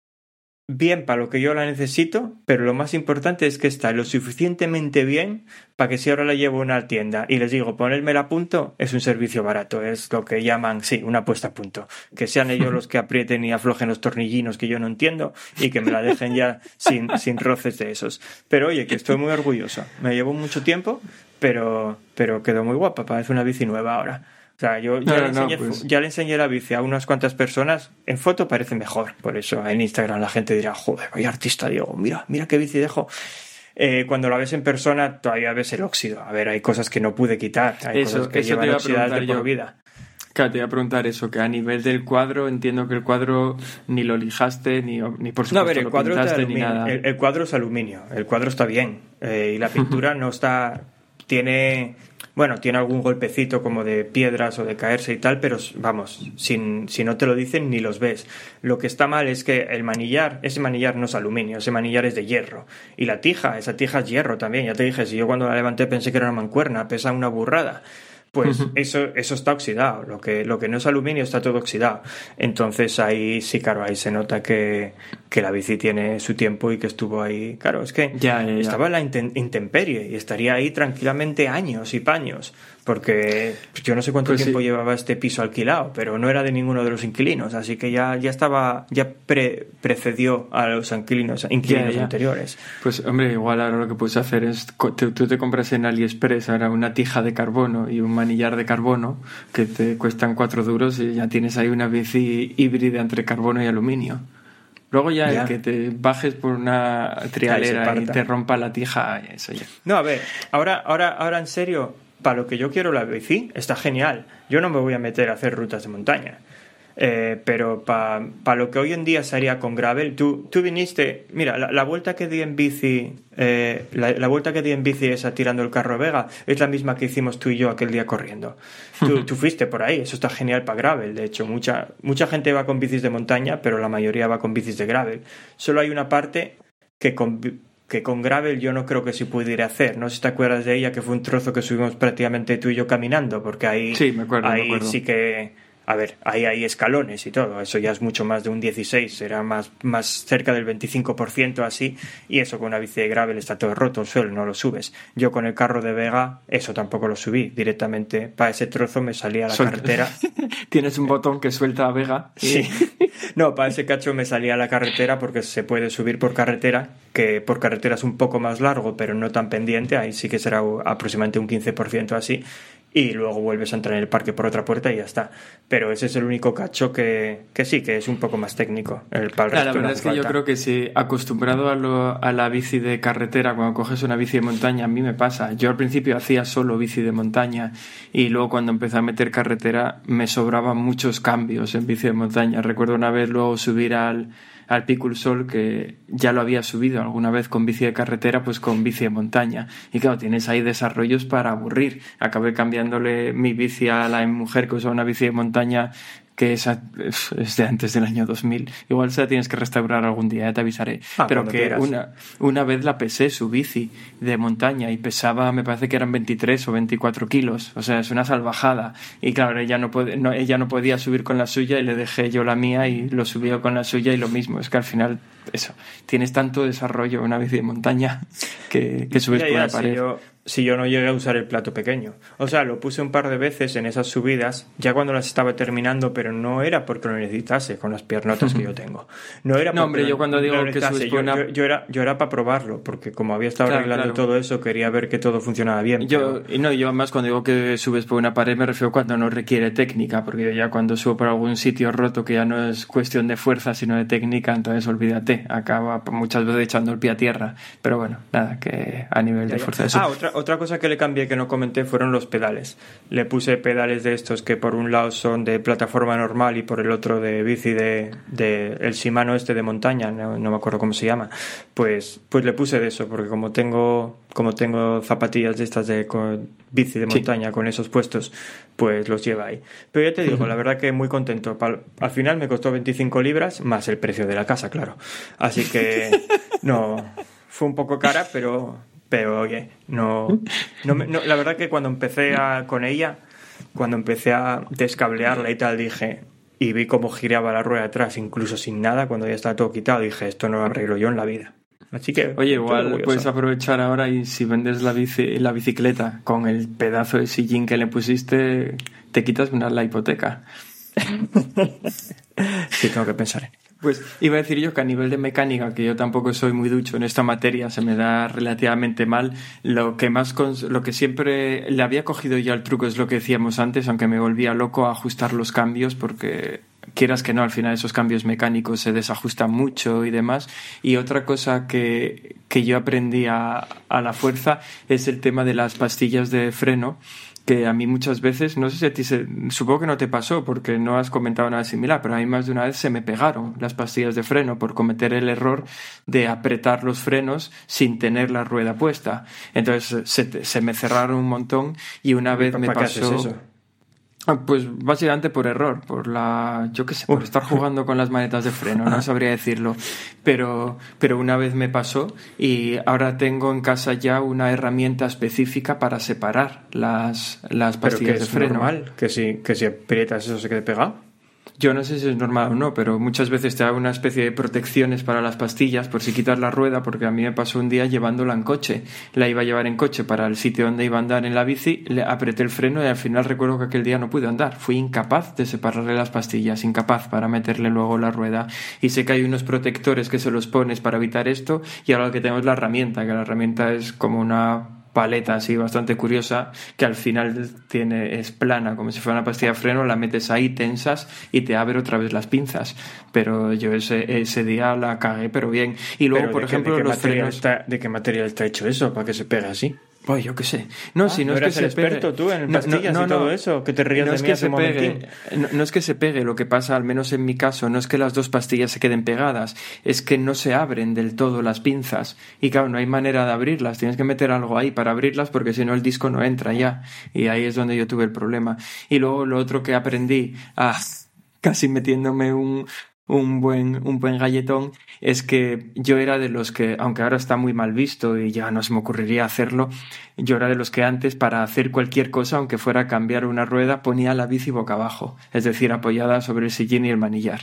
bien para lo que yo la necesito, pero lo más importante es que está lo suficientemente bien para que si ahora la llevo a una tienda y les digo ponérmela a punto, es un servicio barato, es lo que llaman, sí, una puesta a punto, que sean ellos los que aprieten y aflojen los tornillinos que yo no entiendo y que me la dejen ya sin roces de esos. Pero oye, que estoy muy orgulloso, me llevó mucho tiempo, pero quedó muy guapa, parece una bici nueva ahora. O sea, yo ya le enseñé la bici a unas cuantas personas. En foto parece mejor. Por eso en Instagram la gente dirá, joder, vaya artista Diego, mira qué bici dejo. Cuando la ves en persona todavía ves el óxido. A ver, hay cosas que no pude quitar. Hay cosas que llevan oxidadas de por vida. Claro, te iba a preguntar eso, que a nivel del cuadro, entiendo que el cuadro ni lo lijaste, ni por supuesto no, a ver, el cuadro pintaste ni nada. El cuadro es aluminio. El cuadro está bien. Y la pintura no está... Tiene algún golpecito como de piedras o de caerse y tal, pero vamos, si no te lo dicen ni los ves. Lo que está mal es que ese manillar no es aluminio, ese manillar es de hierro. Y esa tija es hierro también. Ya te dije, si yo cuando la levanté pensé que era una mancuerna, pesa una burrada. Pues eso está oxidado. Lo que no es aluminio está todo oxidado. Entonces ahí sí, claro, ahí se nota que la bici tiene su tiempo y que estuvo ahí. Claro, es que estaba en la intemperie y estaría ahí tranquilamente años y paños. Porque yo no sé cuánto tiempo llevaba este piso alquilado, pero no era de ninguno de los inquilinos, así que ya precedió a los inquilinos anteriores. Pues hombre, igual ahora lo que puedes hacer es, tú te compras en AliExpress ahora una tija de carbono y un manillar de carbono que te cuestan 4 duros y ya tienes ahí una bici híbrida entre carbono y aluminio. Luego ya el que te bajes por una trialera y te rompa la tija, eso ya. No, a ver, ahora en serio, para lo que yo quiero la bici está genial. Yo no me voy a meter a hacer rutas de montaña. Pero para lo que hoy en día se haría con gravel, tú viniste, mira, la vuelta que di en bici, la vuelta que di en bici esa tirando el carro Vega, es la misma que hicimos tú y yo aquel día corriendo. Tú fuiste por ahí, eso está genial para gravel. De hecho, mucha gente va con bicis de montaña, pero la mayoría va con bicis de gravel. Solo hay una parte que con gravel yo no creo que se pudiera hacer. No sé si te acuerdas de ella, que fue un trozo que subimos prácticamente tú y yo caminando, porque ahí, me acuerdo. sí que... A ver, ahí hay escalones y todo, eso ya es mucho más de un 16, será más cerca del 25% así, y eso con una bici de gravel está todo roto el suelo, no lo subes. Yo con el carro de Vega, eso tampoco lo subí, directamente para ese trozo me salía a la carretera. Tienes un botón que suelta a Vega. Sí. No, para ese cacho me salía a la carretera porque se puede subir por carretera, que por carretera es un poco más largo, pero no tan pendiente, ahí sí que será aproximadamente un 15% así, y luego vuelves a entrar en el parque por otra puerta y ya está. Pero ese es el único cacho que sí, que es un poco más técnico. La verdad es que yo creo que sí, acostumbrado a la bici de carretera, cuando coges una bici de montaña, a mí me pasa. Yo al principio hacía solo bici de montaña y luego cuando empecé a meter carretera me sobraban muchos cambios en bici de montaña. Recuerdo una vez luego subir al Pico del Sol, que ya lo había subido alguna vez con bici de carretera, pues con bici de montaña. Y claro, tienes ahí desarrollos para aburrir. Acabé cambiándole mi bici a la mujer que usa una bici de montaña que es de antes del año 2000. Igual se la tienes que restaurar algún día, ya te avisaré. Pero que una vez la pesé, su bici de montaña, y pesaba, me parece que eran 23 o 24 kilos. O sea, es una salvajada. Y claro, ella no podía subir con la suya y le dejé yo la mía y lo subió con la suya y lo mismo. Es que al final, eso, tienes tanto desarrollo en una bici de montaña que subes por una pared. Si yo no llegué a usar el plato pequeño. O sea, lo puse un par de veces en esas subidas, ya cuando las estaba terminando, pero no era porque lo necesitase con las piernotas que yo tengo. No era porque hombre, yo cuando digo que subes por una... yo era para probarlo, porque como había estado arreglando todo eso, quería ver que todo funcionaba bien. Yo además cuando digo que subes por una pared me refiero cuando no requiere técnica, porque yo ya cuando subo por algún sitio roto que ya no es cuestión de fuerza sino de técnica, entonces olvídate, acaba muchas veces echando el pie a tierra. Pero bueno, nada, que a nivel de fuerza eso. Otra cosa que le cambié que no comenté fueron los pedales. Le puse pedales de estos que por un lado son de plataforma normal y por el otro de bici de el Shimano este de montaña, no me acuerdo cómo se llama. Pues le puse de eso, porque como tengo zapatillas de estas de bici de montaña con esos puestos, pues los lleva ahí. Pero ya te digo, la verdad que muy contento. Al final me costó 25 libras más el precio de la casa, claro. Así que no, fue un poco cara, pero oye, la verdad que cuando empecé con ella, cuando empecé a descablearla y tal, dije, y vi cómo giraba la rueda atrás, incluso sin nada, cuando ya estaba todo quitado, dije, esto no lo arreglo yo en la vida. Así que, oye, igual puedes aprovechar ahora y si vendes la bicicleta con el pedazo de sillín que le pusiste, te quitas la hipoteca. Sí, tengo que pensar en ello. Pues iba a decir yo que a nivel de mecánica, que yo tampoco soy muy ducho en esta materia, se me da relativamente mal. Lo que siempre le había cogido ya el truco es lo que decíamos antes, aunque me volvía loco a ajustar los cambios, porque quieras que no, al final esos cambios mecánicos se desajustan mucho y demás. Y otra cosa que yo aprendí a la fuerza es el tema de las pastillas de freno, que a mí muchas veces, no sé si a ti supongo que no te pasó porque no has comentado nada similar, pero a mí más de una vez se me pegaron las pastillas de freno por cometer el error de apretar los frenos sin tener la rueda puesta. Entonces se me cerraron un montón y una vez me pasó... ¿Qué haces eso? Pues básicamente por error, por estar jugando con las manetas de freno, no sabría decirlo, pero una vez me pasó y ahora tengo en casa ya una herramienta específica para separar las pastillas de freno. ¿Normal que si aprietas eso se quede pegado? Yo no sé si es normal o no, pero muchas veces te da una especie de protecciones para las pastillas por si quitas la rueda, porque a mí me pasó un día llevándola en coche. La iba a llevar en coche para el sitio donde iba a andar en la bici, le apreté el freno y al final recuerdo que aquel día no pude andar. Fui incapaz de separarle las pastillas, incapaz para meterle luego la rueda. Y sé que hay unos protectores que se los pones para evitar esto y ahora lo que tengo es la herramienta, que la herramienta es como una paleta así bastante curiosa que al final es plana como si fuera una pastilla de freno, la metes ahí, tensas y te abre otra vez las pinzas, pero yo ese día la cagué pero bien. Y luego por ejemplo los frenos... ¿De qué material está hecho eso para que se pegue así? Pues yo qué sé. No, si no es que se experto tú en pastillas y todo eso, que te rías de mí hace un momentín. No es que se pegue, lo que pasa, al menos en mi caso, no es que las dos pastillas se queden pegadas, es que no se abren del todo las pinzas. Y claro, no hay manera de abrirlas, tienes que meter algo ahí para abrirlas porque si no el disco no entra ya. Y ahí es donde yo tuve el problema. Y luego lo otro que aprendí, casi metiéndome un buen galletón, es que yo era de los que, aunque ahora está muy mal visto y ya no se me ocurriría hacerlo, yo era de los que antes, para hacer cualquier cosa, aunque fuera cambiar una rueda, ponía la bici boca abajo, es decir, apoyada sobre el sillín y el manillar.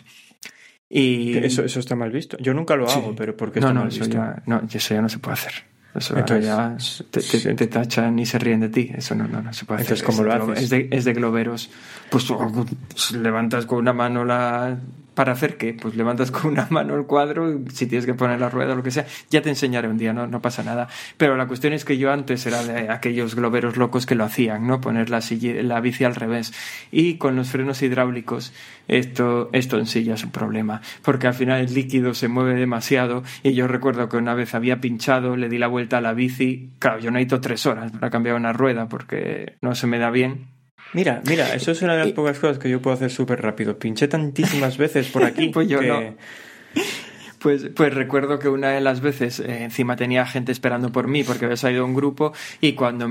Y Eso está mal visto. Yo nunca lo hago, sí. pero ¿por qué está mal visto? Eso ya no se puede hacer. Eso Entonces, ya te tachan y se ríen de ti. Eso no se puede hacer. Entonces, ¿cómo lo haces? Es de globeros. Pues levantas con una mano ¿Para hacer qué? Pues levantas con una mano el cuadro y si tienes que poner la rueda o lo que sea, ya te enseñaré un día, no pasa nada. Pero la cuestión es que yo antes era de aquellos globeros locos que lo hacían, ¿no? Poner la bici al revés. Y con los frenos hidráulicos esto en sí ya es un problema, porque al final el líquido se mueve demasiado y yo recuerdo que una vez había pinchado, le di la vuelta a la bici, claro, yo necesito 3 horas para cambiar una rueda porque no se me da bien. Mira, eso es una de las pocas cosas que yo puedo hacer súper rápido. Pinché tantísimas veces por aquí pues yo que... no. Pues recuerdo que una de las veces encima tenía gente esperando por mí porque había salido un grupo y cuando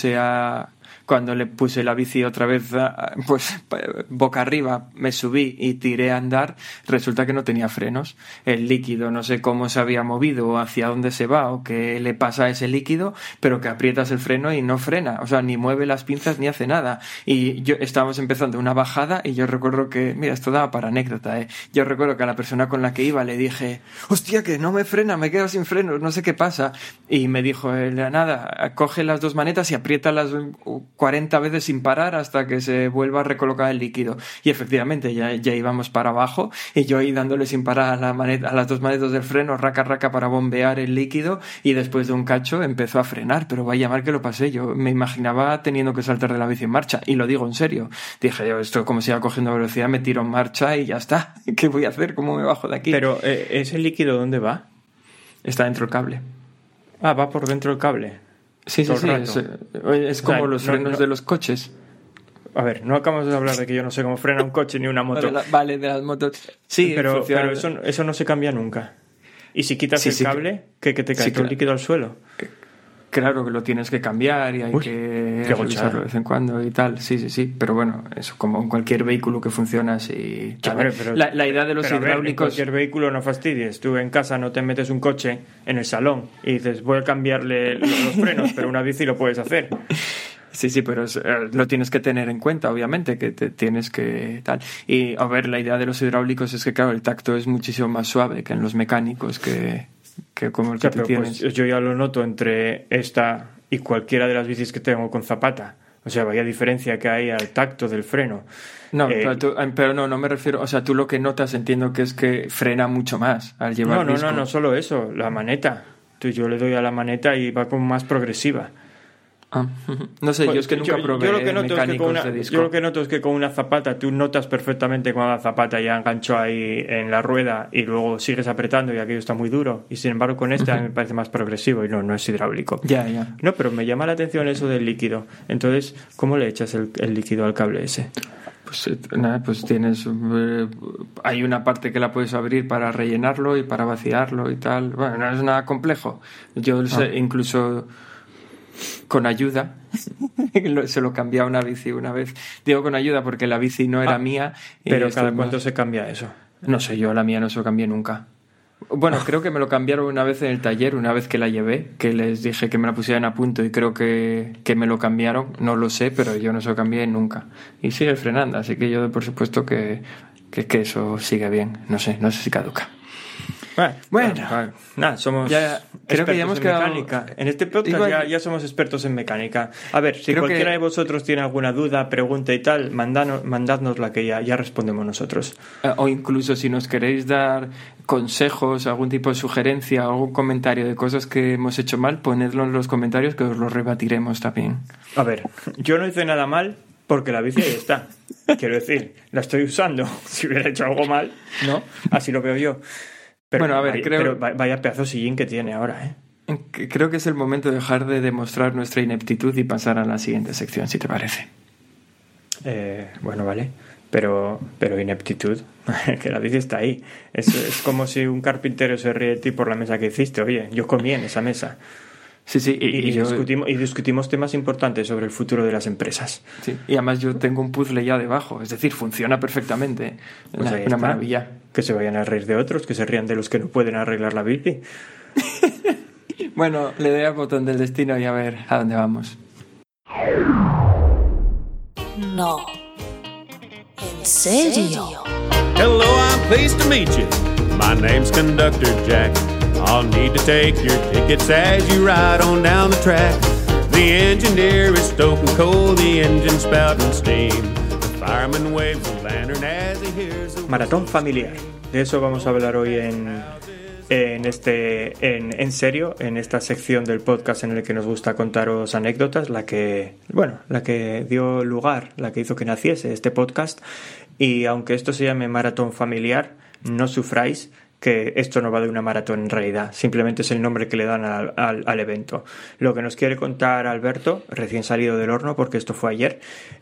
le puse la bici otra vez pues boca arriba, me subí y tiré a andar, resulta que no tenía frenos. El líquido no sé cómo se había movido o hacia dónde se va o qué le pasa a ese líquido, pero que aprietas el freno y no frena, o sea, ni mueve las pinzas ni hace nada. Y estábamos empezando una bajada y yo recuerdo que, mira, esto daba para anécdota, yo recuerdo que a la persona con la que iba le dije, hostia, que no me frena, me quedo sin frenos, no sé qué pasa. Y me dijo, nada, coge las 2 manetas y aprieta las 40 veces sin parar hasta que se vuelva a recolocar el líquido. Y efectivamente ya íbamos para abajo y yo ahí dándole sin parar a las 2 manetas del freno, raca para bombear el líquido, y después de un cacho empezó a frenar, pero vaya mal que lo pasé. Yo me imaginaba teniendo que saltar de la bici en marcha, y lo digo en serio. Dije yo, esto como siga cogiendo velocidad, me tiro en marcha y ya está. ¿Qué voy a hacer? ¿Cómo me bajo de aquí? Pero ¿ese líquido dónde va? Está dentro del cable. Ah, va por dentro del cable. Sí, es como los frenos de los coches. A ver, no acabamos de hablar de que yo no sé cómo frena un coche ni una moto. Vale, de las motos. Sí, pero eso no se cambia nunca. Y si quitas el cable, ¿qué te cae? ¿Todo el líquido al suelo? Claro que lo tienes que cambiar y hay que revisarlo de vez en cuando y tal. Sí. Pero bueno, eso como en cualquier vehículo que funciona así. La idea de los hidráulicos... en cualquier vehículo no fastidies. Tú en casa no te metes un coche en el salón y dices, voy a cambiarle los frenos, pero una bici lo puedes hacer. Sí, pero lo tienes que tener en cuenta, obviamente, que te tienes que tal. Y a ver, la idea de los hidráulicos es que, claro, el tacto es muchísimo más suave que en los mecánicos, que como el que tú tienes. Pues yo ya lo noto entre esta y cualquiera de las bicis que tengo con zapata. O sea, vaya diferencia que hay al tacto del freno. No, pero no me refiero... O sea, tú lo que notas, entiendo que es que frena mucho más al llevar disco. No solo eso, la maneta. Yo le doy a la maneta y va como más progresiva. No sé, yo es que nunca probé mecánicos de disco. Yo lo que noto es que con una zapata tú notas perfectamente cuando la zapata ya enganchó ahí en la rueda y luego sigues apretando y aquello está muy duro, y sin embargo con esta me parece más progresivo y no es hidráulico. Ya. No, pero me llama la atención eso del líquido. Entonces, ¿cómo le echas el líquido al cable ese? Pues tienes... hay una parte que la puedes abrir para rellenarlo y para vaciarlo y tal. Bueno, no es nada complejo. Yo incluso... con ayuda se lo cambié a una bici una vez. Digo con ayuda porque la bici no era mía. Pero ¿cada cuánto se cambia eso? No sé, yo la mía no se lo cambié nunca. Bueno, creo que me lo cambiaron una vez en el taller, una vez que la llevé, que les dije que me la pusieran a punto y creo que me lo cambiaron. No lo sé, pero yo no se lo cambié nunca. Y sigue frenando, así que yo por supuesto que eso sigue bien. No sé si caduca. Bueno, nada, somos creo que ya hemos quedado... mecánica. En este podcast ya somos expertos en mecánica. A ver, si cualquiera de vosotros tiene alguna duda, pregunta y tal, mandadnosla que ya respondemos nosotros. O incluso si nos queréis dar consejos, algún tipo de sugerencia, algún comentario de cosas que hemos hecho mal, ponedlo en los comentarios que os lo rebatiremos también. A ver, yo no hice nada mal porque la bici ahí está. Quiero decir, la estoy usando. Si hubiera hecho algo mal, ¿no? Así lo veo yo. Pero, bueno, a ver, pero vaya pedazo sillín que tiene ahora, Creo que es el momento de dejar de demostrar nuestra ineptitud y pasar a la siguiente sección, si te parece. Bueno, vale. Pero ineptitud, que la bici está ahí. Es como si un carpintero se ríe de ti por la mesa que hiciste. Oye, yo comí en esa mesa. Sí, sí, Y yo, discutimos temas importantes sobre el futuro de las empresas. sí, y además yo tengo un puzzle ya debajo, es decir, funciona perfectamente. Pues ahí Una está. maravilla. Que se vayan a reír de otros, que se rían de los que no pueden arreglar la bici. Bueno, le doy al botón del destino y a ver a dónde vamos. No. ¿En serio? Hello, I'm pleased to meet you. My name's Conductor Jack. I'll need to take your tickets as you ride on down the track. The engineer is stoking coal, the engine spouting steam. The fireman waves a lantern as he hears the Maratón familiar. De eso vamos a hablar hoy en serio, en esta sección del podcast en el que nos gusta contaros anécdotas, la que dio lugar, la que hizo que naciese este podcast. Y aunque esto se llame maratón familiar, no sufráis, que esto no va de una maratón en realidad, simplemente es el nombre que le dan al evento. Lo que nos quiere contar Alberto, recién salido del horno, porque esto fue ayer,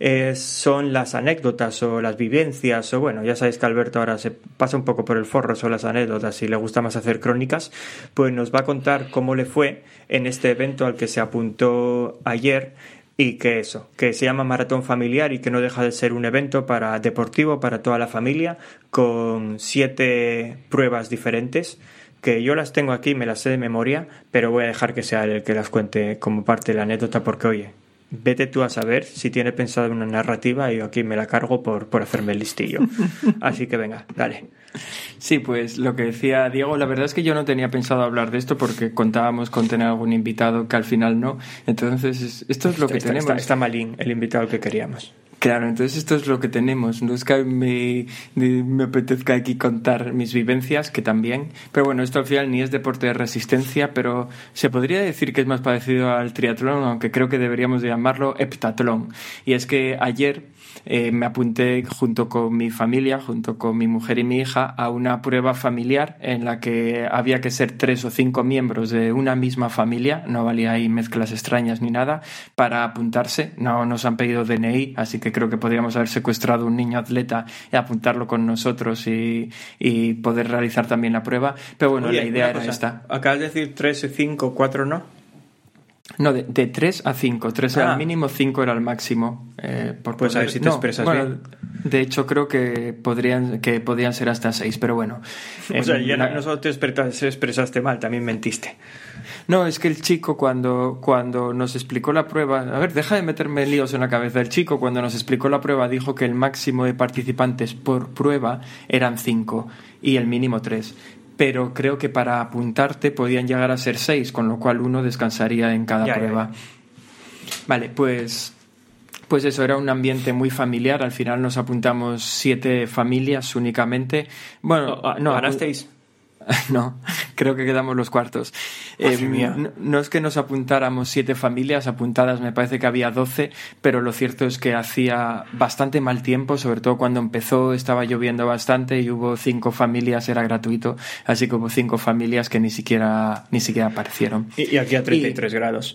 son las anécdotas o las vivencias, o bueno, ya sabéis que Alberto ahora se pasa un poco por el forro, son las anécdotas y le gusta más hacer crónicas, pues nos va a contar cómo le fue en este evento al que se apuntó ayer. Y que se llama Maratón Familiar y que no deja de ser un evento deportivo para toda la familia, con 7 pruebas diferentes, que yo las tengo aquí, me las sé de memoria, pero voy a dejar que sea él el que las cuente como parte de la anécdota, porque oye, vete tú a saber si tiene pensado una narrativa y yo aquí me la cargo por hacerme el listillo. Así que venga, dale. Sí, pues lo que decía Diego, la verdad es que yo no tenía pensado hablar de esto porque contábamos con tener algún invitado que al final no. Entonces, esto es lo que tenemos. Está malín el invitado que queríamos. Claro, entonces esto es lo que tenemos. No es que me apetezca aquí contar mis vivencias, que también. Pero bueno, esto al final ni es deporte de resistencia, pero se podría decir que es más parecido al triatlón, aunque creo que deberíamos de llamarlo heptatlón. Y es que ayer me apunté junto con mi familia, junto con mi mujer y mi hija, a una prueba familiar en la que había que ser 3 o 5 miembros de una misma familia, no valía ahí mezclas extrañas ni nada, para apuntarse. No nos han pedido DNI, así que creo que podríamos haber secuestrado un niño atleta y apuntarlo con nosotros y poder realizar también la prueba. Pero bueno, Oye, la idea una era cosa, esta. Acabas de decir 3, 5, 4 no. No, de 3 a 5. 3 era el mínimo, 5 era el máximo. Pues a ver si te expresas bien. De hecho, creo que podían ser hasta 6, pero bueno. O sea, ya no solo te expresaste mal, también mentiste. No, es que el chico cuando nos explicó la prueba... A ver, deja de meterme líos en la cabeza. El chico cuando nos explicó la prueba dijo que el máximo de participantes por prueba eran 5 y el mínimo 3. Pero creo que para apuntarte podían llegar a ser 6, con lo cual uno descansaría en cada prueba. Vale, pues eso, era un ambiente muy familiar. Al final nos apuntamos 7 familias únicamente. Bueno, no, ¿ganasteis? No, creo que quedamos los cuartos. No es que nos apuntáramos 7 familias apuntadas, me parece que había 12, pero lo cierto es que hacía bastante mal tiempo, sobre todo cuando empezó, estaba lloviendo bastante y hubo 5 familias, era gratuito, así que hubo 5 familias que ni siquiera aparecieron. Y aquí a 33 grados.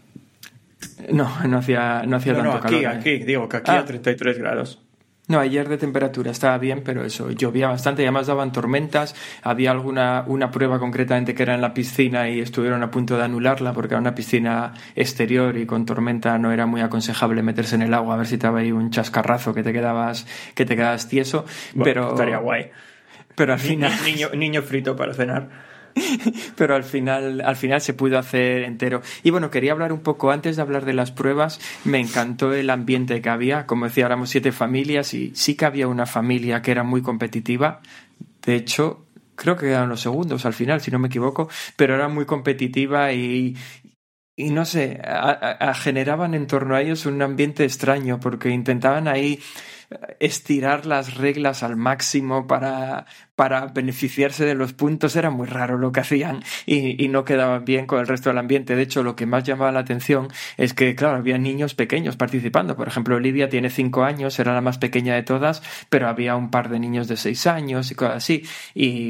No hacía tanto calor. Digo que aquí a 33 grados. No, ayer de temperatura estaba bien, pero eso, llovía bastante y además daban tormentas. Había una prueba concretamente que era en la piscina y estuvieron a punto de anularla porque era una piscina exterior y con tormenta no era muy aconsejable meterse en el agua, a ver si te daba ahí un chascarrazo que te quedabas tieso. Bueno, pero estaría guay. Pero al final... Niño frito para cenar. Pero al final se pudo hacer entero. Y bueno, quería hablar un poco, antes de hablar de las pruebas, me encantó el ambiente que había. Como decía, éramos 7 familias y sí que había una familia que era muy competitiva. De hecho, creo que quedaron los segundos al final, si no me equivoco, pero era muy competitiva y no sé, generaban en torno a ellos un ambiente extraño porque intentaban ahí estirar las reglas al máximo para beneficiarse de los puntos. Era muy raro lo que hacían y no quedaban bien con el resto del ambiente. De hecho, lo que más llamaba la atención es que, claro, había niños pequeños participando. Por ejemplo, Olivia tiene 5 años, era la más pequeña de todas, pero había un par de niños de 6 años y cosas así. Y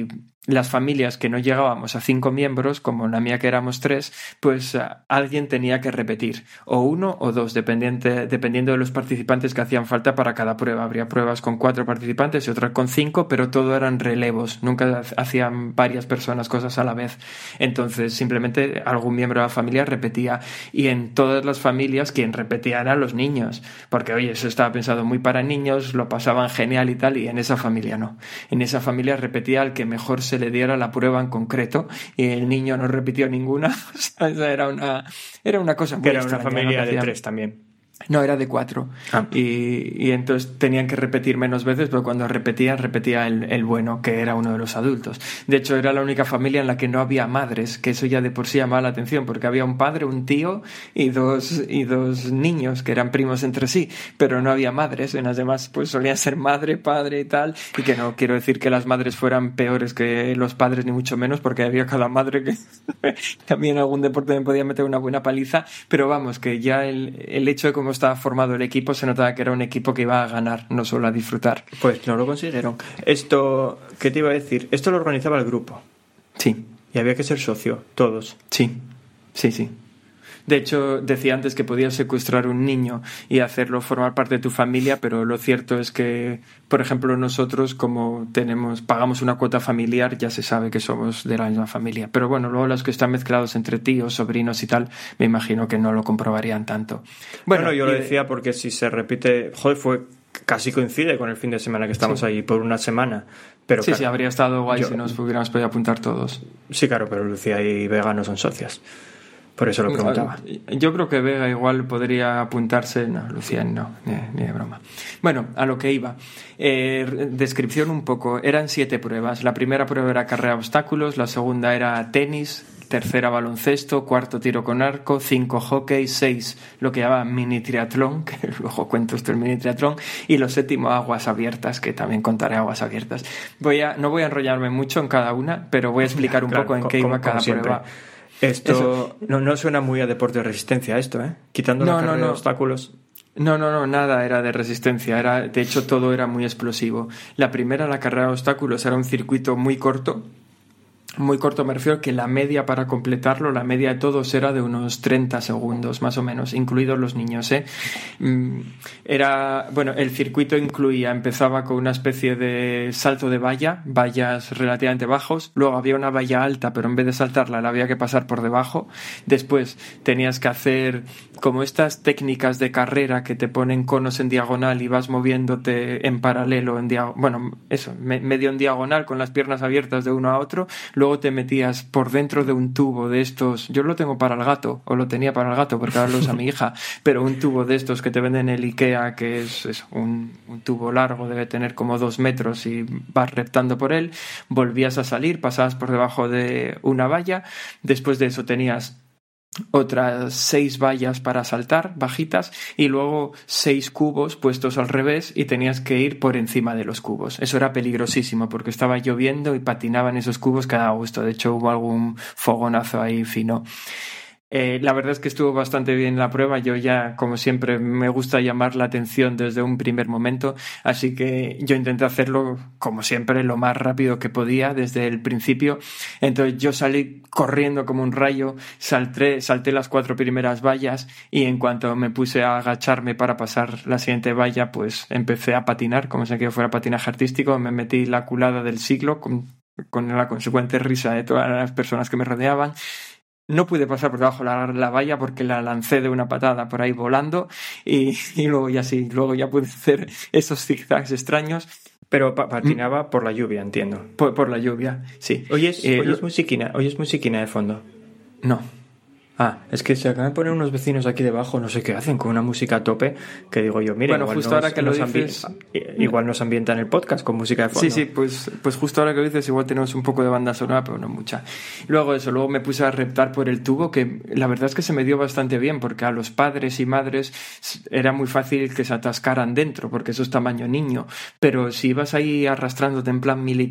las familias que no llegábamos a 5 miembros, como la mía que éramos 3, pues alguien tenía que repetir, o 1 o 2, dependiendo de los participantes que hacían falta para cada prueba. Habría pruebas con 4 participantes y otras con 5, pero todo eran relevos, nunca hacían varias personas cosas a la vez. Entonces simplemente algún miembro de la familia repetía, y en todas las familias quien repetía eran los niños, porque oye, eso estaba pensado muy para niños, lo pasaban genial y tal, y en esa familia no. En esa familia repetía al que mejor se le diera la prueba en concreto, y el niño no repitió ninguna. O sea, esa era una cosa muy que era una extraña, familia ¿no? de 3 también. No, era de 4. Y entonces tenían que repetir menos veces, pero cuando repetía el bueno, que era uno de los adultos. De hecho, era la única familia en la que no había madres, que eso ya de por sí llamaba la atención, porque había un padre, un tío y dos niños que eran primos entre sí, pero no había madres. En las demás pues solían ser madre, padre y tal, y que no quiero decir que las madres fueran peores que los padres, ni mucho menos, porque había cada madre que también en algún deporte me podía meter una buena paliza, pero vamos, que ya el hecho de cómo estaba formado el equipo, se notaba que era un equipo que iba a ganar, no solo a disfrutar. Pues no lo consiguieron. Esto, ¿qué te iba a decir? Esto lo organizaba el grupo. Sí. Y había que ser socio, todos. Sí. De hecho, decía antes que podías secuestrar un niño y hacerlo formar parte de tu familia, pero lo cierto es que, por ejemplo, nosotros, como pagamos una cuota familiar, ya se sabe que somos de la misma familia. Pero bueno, luego los que están mezclados entre tíos, sobrinos y tal, me imagino que no lo comprobarían tanto. Bueno, yo lo decía porque si se repite, casi coincide con el fin de semana que estamos ahí por una semana. Pero sí, claro, sí, habría estado guay si nos hubiéramos podido apuntar todos. Sí, claro, pero Lucía y Vega no son socias. Por eso lo preguntaba. Yo creo que Vega igual podría apuntarse. No, Lucía no, ni de broma. Bueno, a lo que iba. Descripción un poco. Eran 7 pruebas. La primera prueba era carrera de obstáculos, la segunda era tenis, tercera baloncesto, cuarto tiro con arco, 5 hockey, 6 lo que llaman mini triatlón, que luego cuento esto el mini triatlón, y lo séptimo aguas abiertas, que también contaré aguas abiertas. No voy a enrollarme mucho en cada una, pero voy a explicar un poco en qué iba cada prueba. Esto no suena muy a deporte de resistencia, esto, ¿eh? Quitando la carrera de obstáculos. No, nada era de resistencia. De hecho, todo era muy explosivo. La primera, la carrera de obstáculos, era un circuito muy corto. Muy corto, me refiero que la media para completarlo, la media de todos era de unos 30 segundos, más o menos, incluidos los niños, ¿eh? El circuito empezaba con una especie de salto de vallas relativamente bajos, luego había una valla alta, pero en vez de saltarla la había que pasar por debajo. Después tenías que hacer como estas técnicas de carrera que te ponen conos en diagonal y vas moviéndote en paralelo, medio en diagonal con las piernas abiertas de uno a otro. Luego te metías por dentro de un tubo de estos, yo lo tengo para el gato, o lo tenía para el gato porque ahora lo usa mi hija, pero un tubo de estos que te venden en el Ikea, que es un tubo largo, debe tener como 2 metros y vas reptando por él. Volvías a salir, pasabas por debajo de una valla, después de eso tenías otras 6 vallas para saltar, bajitas, y luego 6 cubos puestos al revés y tenías que ir por encima de los cubos. Eso era peligrosísimo porque estaba lloviendo y patinaban esos cubos que daba gusto. De hecho, hubo algún fogonazo ahí fino. La verdad es que estuvo bastante bien la prueba. Yo ya, como siempre, me gusta llamar la atención desde un primer momento, así que yo intenté hacerlo, como siempre, lo más rápido que podía desde el principio. Entonces yo salí corriendo como un rayo, salté las 4 primeras vallas y en cuanto me puse a agacharme para pasar la siguiente valla, pues empecé a patinar, como si aquello fuera patinaje artístico. Me metí la culada del siglo con la consecuente risa de todas las personas que me rodeaban. No pude pasar por debajo de la valla porque la lancé de una patada por ahí volando y luego ya pude hacer esos zigzags extraños. Pero patinaba por la lluvia, entiendo. Por la lluvia, sí. ¿Oyes musiquina de fondo? No. Es que se acaban de poner unos vecinos aquí debajo, no sé qué hacen, con una música a tope, que digo yo, mira, igual nos ambientan el podcast con música de fondo. Sí, pues justo ahora que lo dices, igual tenemos un poco de banda sonora, pero no mucha. Luego me puse a reptar por el tubo, que la verdad es que se me dio bastante bien, porque a los padres y madres era muy fácil que se atascaran dentro, porque eso es tamaño niño, pero si ibas ahí arrastrándote en plan militar,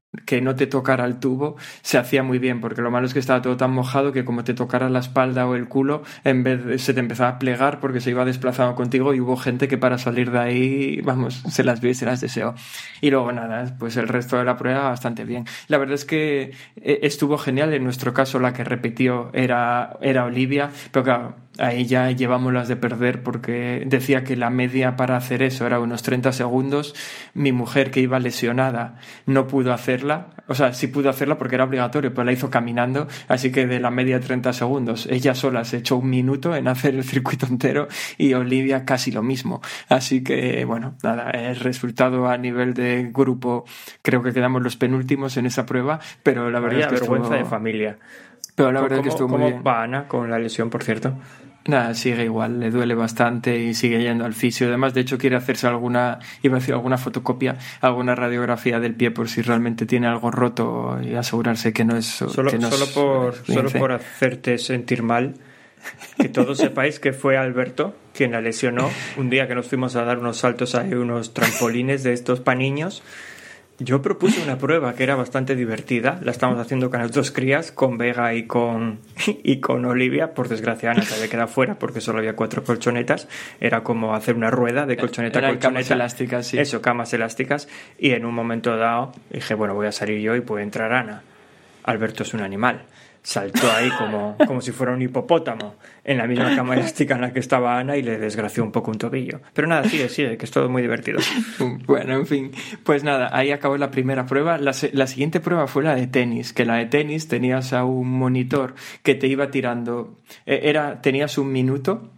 que no te tocara el tubo se hacía muy bien, porque lo malo es que estaba todo tan mojado que como te tocara la espalda o el culo, en vez de, se te empezaba a plegar porque se iba desplazando contigo y hubo gente que para salir de ahí, vamos, se las vio y se las deseó. Y luego nada, pues el resto de la prueba bastante bien. La verdad es que estuvo genial. En nuestro caso la que repitió era Olivia, pero claro, ahí ya llevamos las de perder porque decía que la media para hacer eso era unos 30 segundos. Mi mujer, que iba lesionada, no pudo hacerla. O sea, sí pudo hacerla porque era obligatorio, pero la hizo caminando, así que de la media 30 segundos. Ella sola se echó 1 minuto en hacer el circuito entero y Olivia casi lo mismo. Así que, bueno, nada, el resultado a nivel de grupo, creo que quedamos los penúltimos en esa prueba, pero la verdad es que vergüenza de familia. Pero la verdad es que estuvo muy bien. ¿Cómo va Ana con la lesión, por cierto? Nada, sigue igual, le duele bastante y sigue yendo al fisio. Además, de hecho, quiere hacerse alguna fotocopia, alguna radiografía del pie por si realmente tiene algo roto y asegurarse que no es... Solo por hacerte sentir mal, que todos sepáis que fue Alberto quien la lesionó un día que nos fuimos a dar unos saltos ahí, unos trampolines de estos para niños. Yo propuse una prueba que era bastante divertida. La estamos haciendo con las 2 crías, con Vega y con Olivia. Por desgracia, Ana se había quedado fuera porque solo había 4 colchonetas. Era como hacer una rueda de colchoneta a colchoneta. Camas elásticas, sí. Eso, camas elásticas. Y en un momento dado dije, bueno, voy a salir yo y puede entrar Ana. Alberto es un animal. Saltó ahí como si fuera un hipopótamo en la misma cama elástica en la que estaba Ana y le desgració un poco un tobillo. Pero nada, sigue, que es todo muy divertido. Bueno, en fin, pues nada, ahí acabó la primera prueba. La siguiente prueba fue la de tenis, que la de tenis tenías a un monitor que te iba tirando, tenías 1 minuto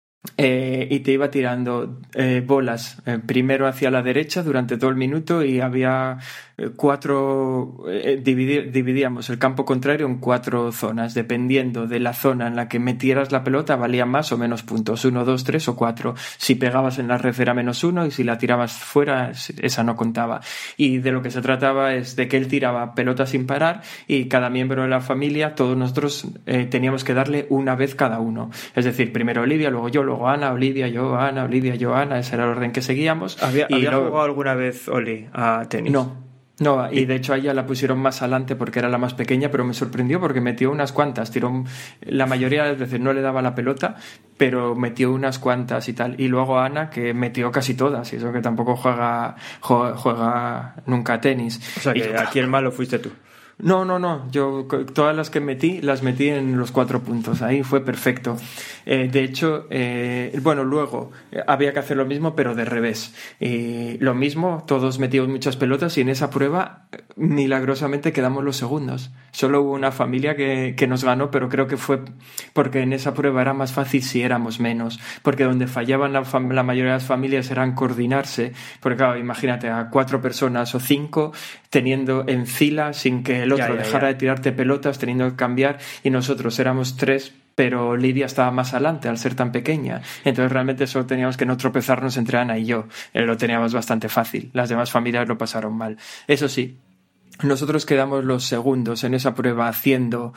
y te iba tirando bolas primero hacia la derecha durante todo el minuto y había 4, dividíamos el campo contrario en 4 zonas. Dependiendo de la zona en la que metieras la pelota valía más o menos puntos, 1, 2, 3 o 4. Si pegabas en la red era -1 y si la tirabas fuera esa no contaba. Y de lo que se trataba es de que él tiraba pelota sin parar y cada miembro de la familia, todos nosotros teníamos que darle una vez cada uno. Es decir, primero Olivia, luego yo, luego Ana, Olivia, yo, Ana, Olivia, yo, Ana. Ese era el orden que seguíamos. ¿Había jugado alguna vez Oli a tenis? No, y de hecho a ella la pusieron más adelante porque era la más pequeña, pero me sorprendió porque metió unas cuantas, tiró la mayoría de las veces no le daba la pelota, pero metió unas cuantas y tal. Y luego Ana, que metió casi todas, y eso que tampoco juega nunca a tenis. O sea, que aquí el malo fuiste tú. No, yo todas las que las metí en los 4 puntos, ahí fue perfecto. De hecho, luego había que hacer lo mismo pero de revés. Lo mismo, todos metimos muchas pelotas y en esa prueba milagrosamente quedamos los segundos. Solo hubo una familia que nos ganó, pero creo que fue porque en esa prueba era más fácil si éramos menos, porque donde fallaban la mayoría de las familias era en coordinarse, porque claro, imagínate a 4 personas o 5 teniendo en fila sin que el otro dejara de tirarte pelotas, teniendo que cambiar, y nosotros éramos 3, pero Olivia estaba más adelante al ser tan pequeña. Entonces realmente solo teníamos que no tropezarnos entre Ana y yo. Lo teníamos bastante fácil. Las demás familias lo pasaron mal. Eso sí, nosotros quedamos los segundos en esa prueba haciendo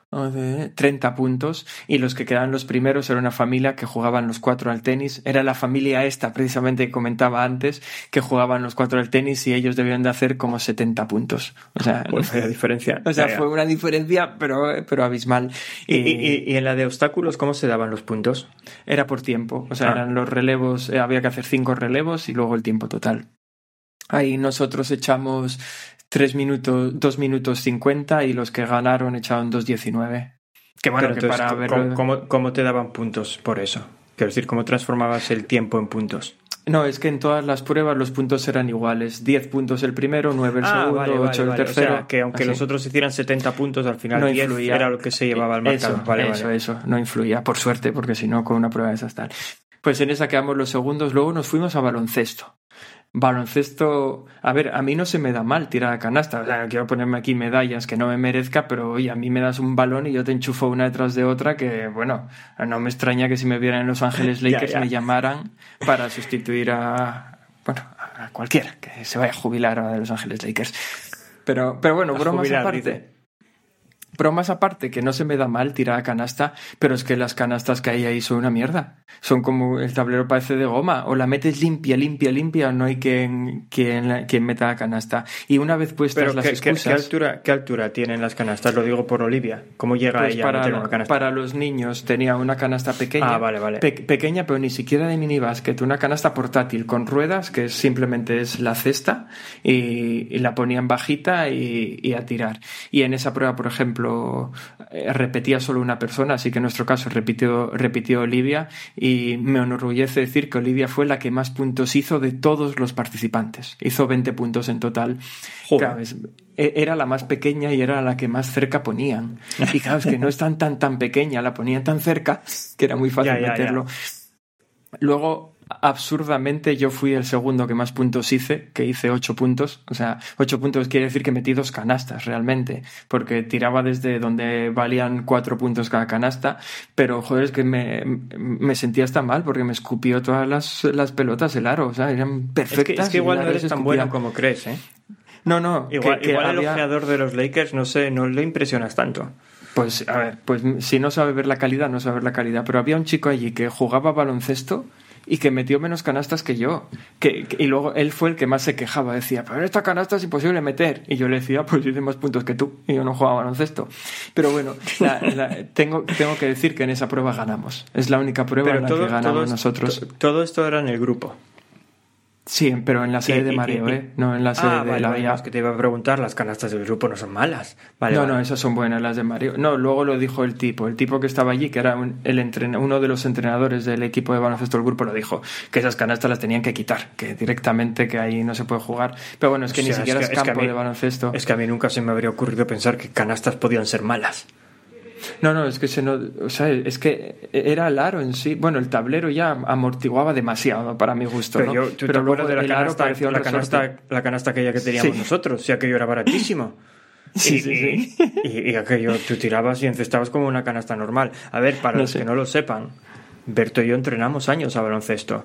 30 puntos y los que quedaban los primeros era una familia que jugaban los 4 al tenis. Era la familia esta precisamente que comentaba antes, que jugaban los 4 al tenis y ellos debían de hacer como 70 puntos. O sea, fue diferencia. O sea, fue una diferencia pero abismal. ¿Y en la de obstáculos cómo se daban los puntos? Era por tiempo, o sea, eran los relevos, había que hacer 5 relevos y luego el tiempo total. Ahí nosotros echamos 2 minutos 50 y los que ganaron echaron 2:19. Que bueno, pero que entonces, para verlo... ¿cómo te daban puntos por eso? Quiero decir, ¿cómo transformabas el tiempo en puntos? No, es que en todas las pruebas los puntos eran iguales. 10 puntos el primero, 9 el segundo, 8 el tercero. O sea, que aunque los otros hicieran 70 puntos, al final no 10 influía. Era lo que se llevaba al marcador. Eso, no influía, por suerte, porque si no, con una prueba de esas tal. Pues en esa quedamos los segundos. Luego nos fuimos a baloncesto. Baloncesto, a ver, a mí no se me da mal tirar a canasta, o sea, no quiero ponerme aquí medallas que no me merezca, pero oye, a mí me das un balón y yo te enchufo una detrás de otra que, bueno, no me extraña que si me vieran en Los Ángeles Lakers me llamaran para sustituir a cualquiera que se vaya a jubilar a Los Ángeles Lakers. Pero bueno, bromas aparte. bromas aparte, que no se me da mal tirar a canasta, pero es que las canastas que hay ahí son una mierda. Son como el tablero parece de goma, o la metes limpia, o no hay quien meta la canasta. Y una vez puestas pero las excusas... ¿qué altura tienen las canastas? Lo digo por Olivia. ¿Cómo llega pues ella a meter una canasta? Para los niños tenía una canasta pequeña. Ah, vale. Pequeña, pero ni siquiera de minibásquet. Una canasta portátil con ruedas, que simplemente es la cesta, y la ponían bajita y a tirar. Y en esa prueba, por ejemplo, repetía solo una persona, así que en nuestro caso repitió Olivia, y me enorgullece decir que Olivia fue la que más puntos hizo de todos los participantes. Hizo 20 puntos en total. Claro, era la más pequeña y era la que más cerca ponían. Y claro, es que no es tan pequeña, la ponían tan cerca que era muy fácil meterlo. Luego, absurdamente, yo fui el segundo que más puntos hice, que hice 8 puntos. O sea, 8 puntos quiere decir que metí 2 canastas realmente, porque tiraba desde donde valían 4 puntos cada canasta, pero joder, es que me sentía hasta mal porque me escupió todas las pelotas el aro, o sea, eran perfectas. Es que igual no eres tan bueno como crees, ¿eh? No. Igual el ojeador de los Lakers, no le impresionas tanto. Pues, a ver, pues si no sabe ver la calidad, no sabe ver la calidad. Pero había un chico allí que jugaba baloncesto y que metió menos canastas que yo. Y luego él fue el que más se quejaba. Decía, pero esta canasta es imposible meter. Y yo le decía, pues hice más puntos que tú. Y yo no jugaba baloncesto. Pero bueno, tengo que decir que en esa prueba ganamos. Es la única prueba en la que ganamos nosotros. Todo esto era en el grupo. Sí, pero en la sede de Mareo, no en la sede de la IA. Es que te iba a preguntar, las canastas del grupo no son malas. No, esas son buenas, las de Mareo. No, luego lo dijo el tipo que estaba allí, que era uno de los entrenadores del equipo de baloncesto del grupo, lo dijo, que esas canastas las tenían que quitar, que directamente que ahí no se puede jugar. Pero bueno, es que ni siquiera es campo de baloncesto. Es que a mí nunca se me habría ocurrido pensar que canastas podían ser malas. No, es que es que era el aro en sí. Bueno, el tablero ya amortiguaba demasiado para mi gusto, pero ¿no? ¿tú te acuerdas de la canasta aquella que teníamos nosotros? Si aquello era baratísimo. Sí. Y aquello tú tirabas y encestabas como una canasta normal. A ver, para los que no lo sepan, Berto y yo entrenamos años a baloncesto.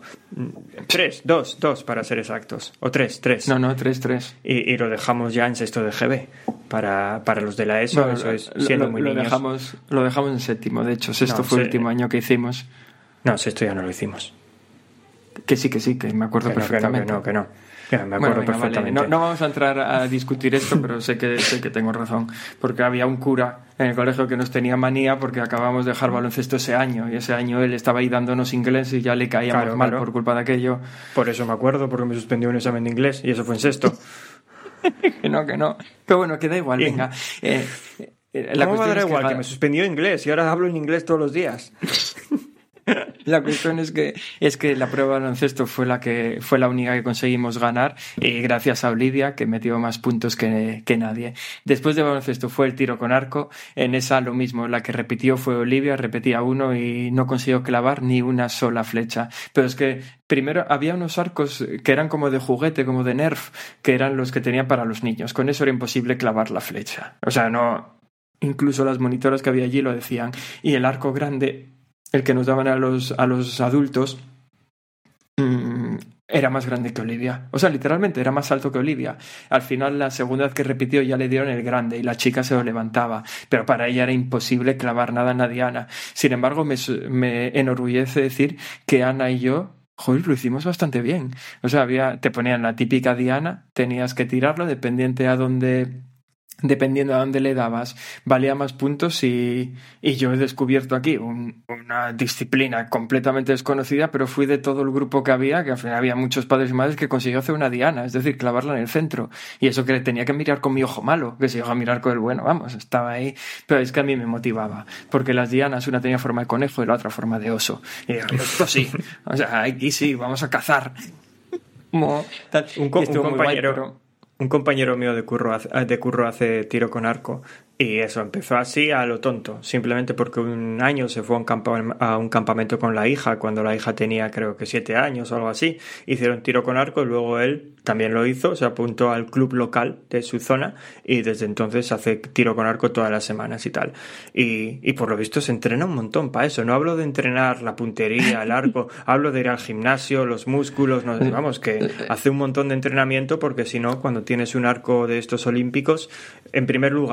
2 para ser exactos. O 3. No, 3. Y lo dejamos ya en sexto de GB. Para los de la ESO, bueno, eso es siendo muy niños. Lo dejamos en séptimo, de hecho. Sexto fue el último año que hicimos. No, sexto ya no lo hicimos. Que sí, que me acuerdo perfectamente. Que no. Ya, me acuerdo perfectamente. Vale. No vamos a entrar a discutir esto, pero sé que tengo razón. Porque había un cura en el colegio que nos tenía manía porque acabamos de dejar baloncesto ese año. Y ese año él estaba ahí dándonos inglés y ya le caíamos mal por culpa de aquello. Por eso me acuerdo, porque me suspendió un examen de inglés y eso fue en sexto. que no. Pero bueno, que da igual, venga. ¿Cómo va a dar igual? Que me suspendió inglés y ahora hablo en inglés todos los días. La cuestión es que la prueba de baloncesto fue la única que conseguimos ganar, y gracias a Olivia, que metió más puntos que nadie. Después de baloncesto fue el tiro con arco. En esa lo mismo, la que repitió fue Olivia, repetía 1 y no consiguió clavar ni una sola flecha. Pero es que primero había unos arcos que eran como de juguete, como de Nerf, que eran los que tenían para los niños. Con eso era imposible clavar la flecha. O sea, no. Incluso las monitoras que había allí lo decían. Y el arco grande, el que nos daban a los adultos, era más grande que Olivia. O sea, literalmente era más alto que Olivia. Al final, la segunda vez que repitió ya le dieron el grande y la chica se lo levantaba. Pero para ella era imposible clavar nada en la diana. Sin embargo, me enorgullece decir que Ana y yo, joder, lo hicimos bastante bien. O sea, te ponían la típica diana, tenías que tirarlo dependiendo a dónde le dabas, valía más puntos, y yo he descubierto aquí una disciplina completamente desconocida, pero fui de todo el grupo que al final había muchos padres y madres que consiguió hacer una diana, es decir, clavarla en el centro, y eso que tenía que mirar con mi ojo malo, que si iba a mirar con el bueno, vamos, estaba ahí, pero es que a mí me motivaba, porque las dianas, una tenía forma de conejo y la otra forma de oso, y digo, esto sí, o sea, aquí sí, vamos a cazar. Un compañero mío de curro hace tiro con arco, y eso empezó así a lo tonto, simplemente porque un año se fue a un campamento con la hija, cuando la hija tenía creo que 7 años o algo así. Hicieron tiro con arco y luego él también lo hizo, se apuntó al club local de su zona y desde entonces hace tiro con arco todas las semanas y tal. Y por lo visto se entrena un montón para eso. No hablo de entrenar la puntería, el arco, hablo de ir al gimnasio, los músculos, vamos, que hace un montón de entrenamiento, porque si no, cuando tienes un arco de estos olímpicos, en primer lugar,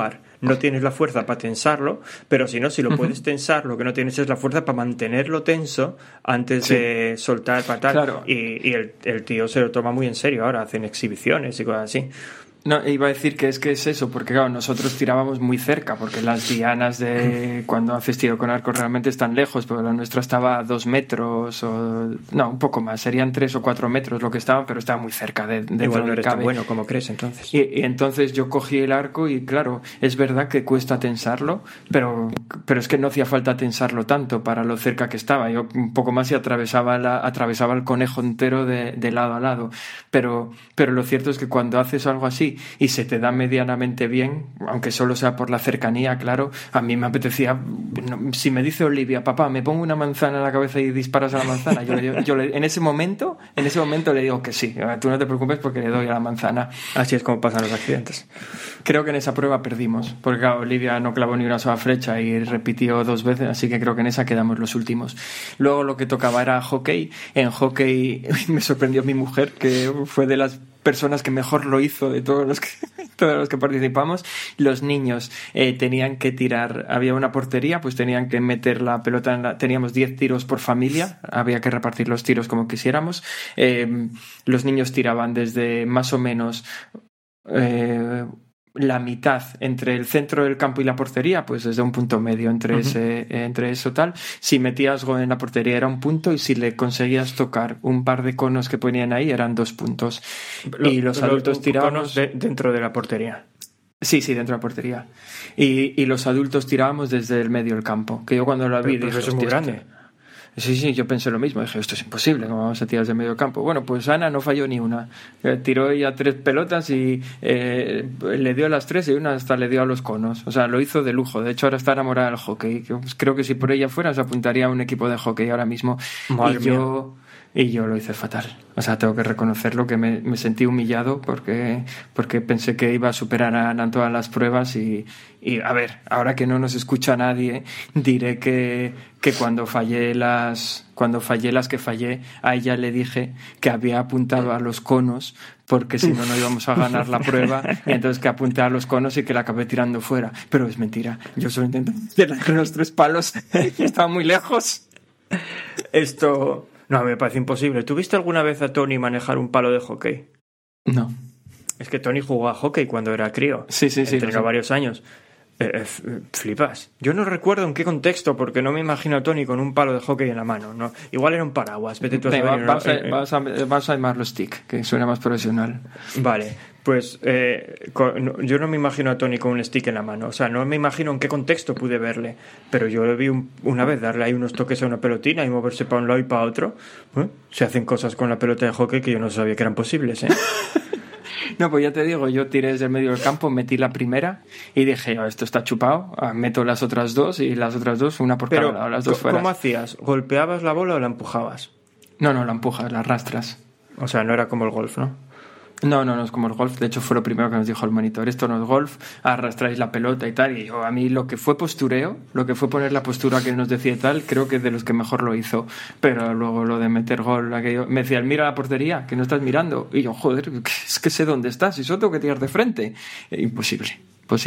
no tienes la fuerza para tensarlo, pero si no, si lo puedes tensar, lo que no tienes es la fuerza para mantenerlo tenso antes de soltar para tal. Claro. Y el tío se lo toma muy en serio ahora, hacen exhibiciones y cosas así. No, iba a decir que es eso, porque claro, nosotros tirábamos muy cerca, porque las dianas de cuando haces tiro con arco realmente están lejos, pero la nuestra estaba a 2 metros, no, un poco más, serían 3 o 4 metros lo que estaban, pero estaba muy cerca de Igual no eres tan bueno como crees, entonces. Y entonces yo cogí el arco y claro, es verdad que cuesta tensarlo, pero es que no hacía falta tensarlo tanto para lo cerca que estaba. Yo un poco más y atravesaba el conejo entero de lado a lado. Pero lo cierto es que cuando haces algo así y se te da medianamente bien, aunque solo sea por la cercanía, claro, a mí me apetecía, si me dice Olivia, papá, me pongo una manzana en la cabeza y disparas a la manzana, yo en ese momento le digo que sí, tú no te preocupes porque le doy a la manzana. Así es como pasan los accidentes. Creo que en esa prueba perdimos, porque claro, Olivia no clavó ni una sola flecha y repitió 2 veces, así que creo que en esa quedamos los últimos. Luego lo que tocaba era hockey. En hockey me sorprendió mi mujer, que fue de las personas que mejor lo hizo de todos los que participamos. Los niños tenían que tirar, había una portería, pues tenían que meter la pelota teníamos 10 tiros por familia, había que repartir los tiros como quisiéramos. Los niños tiraban desde más o menos la mitad entre el centro del campo y la portería, pues desde un punto medio entre eso tal. Si metías gol en la portería era 1 punto y si le conseguías tocar un par de conos que ponían ahí eran 2 puntos. Y los adultos tirábamos dentro de la portería. Sí, dentro de la portería. Y los adultos tirábamos desde el medio del campo, que yo cuando lo vi dije, eso es muy grande. Sí, yo pensé lo mismo. Dije, esto es imposible, ¿cómo vamos a tirar desde medio campo? Bueno, pues Ana no falló ni una. Tiró ella 3 pelotas y le dio a las 3 y una hasta le dio a los conos. O sea, lo hizo de lujo. De hecho, ahora está enamorada del hockey. Creo que si por ella fuera, se apuntaría a un equipo de hockey ahora mismo. Y yo lo hice fatal. O sea, tengo que reconocerlo, que me sentí humillado porque pensé que iba a superar a Ana en todas las pruebas y a ver, ahora que no nos escucha nadie, diré que cuando fallé las que fallé, a ella le dije que había apuntado a los conos porque si no íbamos a ganar la prueba, y entonces que apunté a los conos y que la acabé tirando fuera. Pero es mentira, yo solo intenté tirar los 3 palos y estaba muy lejos. Esto... No, me parece imposible. ¿Tuviste alguna vez a Tony manejar un palo de hockey? No. Es que Tony jugó a hockey cuando era crío. Sí. Entrenó varios años. Flipas. Yo no recuerdo en qué contexto, porque no me imagino a Tony con un palo de hockey en la mano. ¿No? Igual era un paraguas. Vete tú a saber. Vas a llamarlo stick, que suena más profesional. Vale, pues yo no me imagino a Tony con un stick en la mano. O sea, no me imagino en qué contexto pude verle. Pero yo le vi una vez darle ahí unos toques a una pelotina y moverse para un lado y para otro. Se hacen cosas con la pelota de hockey que yo no sabía que eran posibles, ¿eh? No, pues ya te digo, yo tiré desde el medio del campo, metí la primera y dije, esto está chupado, meto las otras 2 y las otras 2, una por cada lado, las 2 fuera. ¿Cómo hacías? ¿Golpeabas la bola o la empujabas? No, la empujas, la arrastras. O sea, no era como el golf, ¿no? No es como el golf. De hecho, fue lo primero que nos dijo el monitor. Esto no es golf, arrastráis la pelota y tal. Y a mí lo que fue postureo, lo que fue poner la postura que él nos decía y tal, creo que es de los que mejor lo hizo. Pero luego lo de meter gol, aquello, me decía, mira la portería, que no estás mirando. Y yo, joder, es que sé dónde estás, y solo tengo que tirar de frente. Imposible.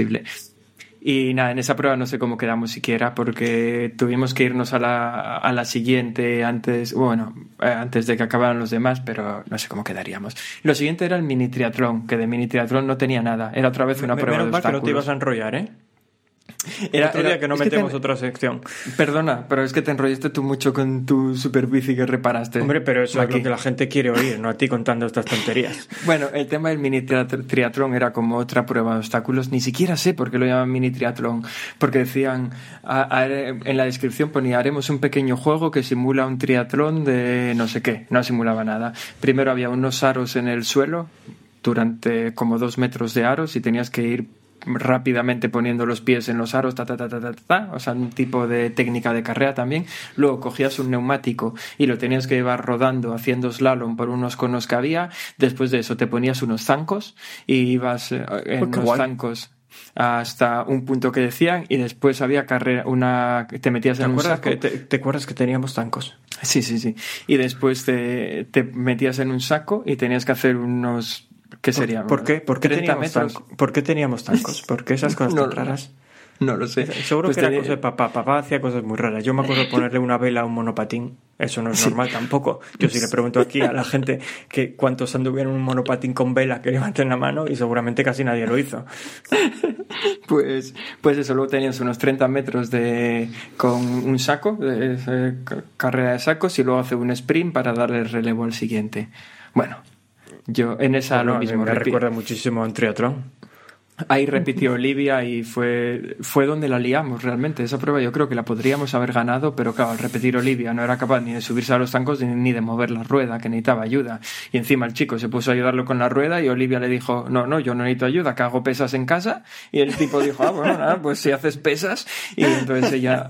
Y nada, en esa prueba no sé cómo quedamos siquiera, porque tuvimos que irnos a la siguiente antes de que acabaran los demás, pero no sé cómo quedaríamos. Lo siguiente era el mini triatlón, que de mini triatlón no tenía nada. Era otra vez una prueba de obstáculos. Menos mal que no te ibas a enrollar, ¿eh? Otro día que no metemos otra sección. Perdona, pero es que te enrollaste tú mucho con tu super bici que reparaste. Hombre, pero eso es lo que la gente quiere oír, no a ti contando estas tonterías. Bueno, el tema del mini triatlón era como otra prueba de obstáculos. Ni siquiera sé por qué lo llaman mini triatlón, porque decían en la descripción ponía, haremos un pequeño juego que simula un triatlón de no sé qué. No simulaba nada. Primero había unos aros en el suelo durante como 2 metros de aros y tenías que ir rápidamente poniendo los pies en los aros, o sea, un tipo de técnica de carrera también. Luego cogías un neumático y lo tenías que llevar rodando, haciendo slalom por unos conos que había. Después de eso te ponías unos zancos y ibas en los zancos hasta un punto que decían, y después había carrera, te metías en un saco. ¿Te acuerdas que teníamos zancos? Sí. Y después te metías en un saco y tenías que hacer unos ¿Qué sería? ¿Por qué? ¿Por qué 30 teníamos metros. ¿Por qué teníamos tancos? ¿Por qué esas cosas tan raras? No lo sé. Seguro Pues que era tenía- cosa de papá. Papá hacía cosas muy raras. Yo me acuerdo de ponerle una vela a un monopatín. Eso no es normal tampoco. Yo sí le pregunto aquí a la gente que cuántos anduvieron en un monopatín con vela que levanten la mano y seguramente casi nadie lo hizo. Pues eso, luego tenías unos 30 metros con un saco, carrera de sacos, y luego hace un sprint para darle el relevo al siguiente. Bueno, yo en esa Bueno, lo mismo. me recuerda muchísimo a un triatlón. Ahí repitió Olivia y fue donde la liamos realmente. Esa prueba yo creo que la podríamos haber ganado, pero claro, al repetir Olivia no era capaz ni de subirse a los zancos ni de mover la rueda, que necesitaba ayuda. Y encima el chico se puso a ayudarlo con la rueda y Olivia le dijo, no, yo no necesito ayuda, que hago pesas en casa. Y el tipo dijo, bueno, nada, pues si haces pesas. Y entonces ella,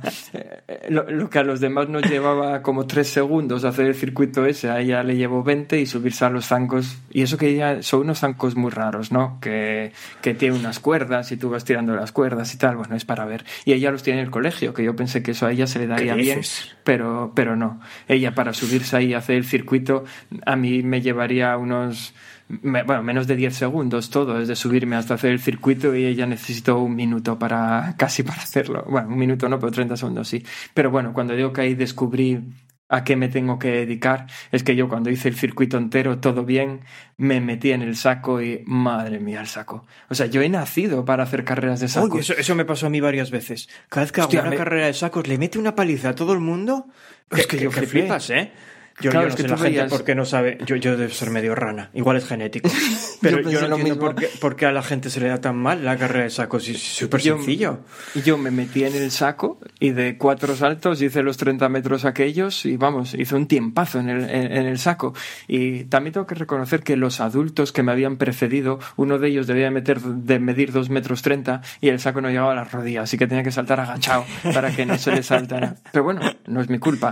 lo que a los demás nos llevaba como 3 segundos hacer el circuito ese, a ella le llevó 20 y subirse a los zancos. Y eso que ella son unos zancos muy raros, ¿no? Que tiene unas cuerdas y tú vas tirando las cuerdas y tal, bueno, es para ver. Y ella los tiene en el colegio, que yo pensé que eso a ella se le daría bien, pero no. Ella para subirse ahí y hacer el circuito, a mí me llevaría menos de 10 segundos todo, desde subirme hasta hacer el circuito, y ella necesitó 1 minuto casi para hacerlo. Bueno, 1 minuto no, pero 30 segundos sí. Pero bueno, cuando digo que ahí descubrí a qué me tengo que dedicar, es que yo cuando hice el circuito entero, todo bien, me metí en el saco y madre mía el saco. O sea, yo he nacido para hacer carreras de sacos. Uy, eso me pasó a mí varias veces. Cada vez que hago una carrera de sacos, le mete una paliza a todo el mundo. Es que yo que flipé. flipas, ¿eh? Yo Claro, no es que sé tú la gente veías- por qué no sabe. Yo debo ser medio rana. Igual es genético. Pero Yo yo pensé no lo entiendo mismo. por qué a la gente se le da tan mal la carrera de sacos. Es súper Yo- sencillo. Yo me metí en el saco y de 4 saltos hice los 30 metros aquellos y vamos, hice un tiempazo en el saco. Y también tengo que reconocer que los adultos que me habían precedido, uno de ellos debía de medir 2,30 metros y el saco no llegaba a las rodillas, así que tenía que saltar agachado para que no se le saltara. Pero bueno, no es mi culpa.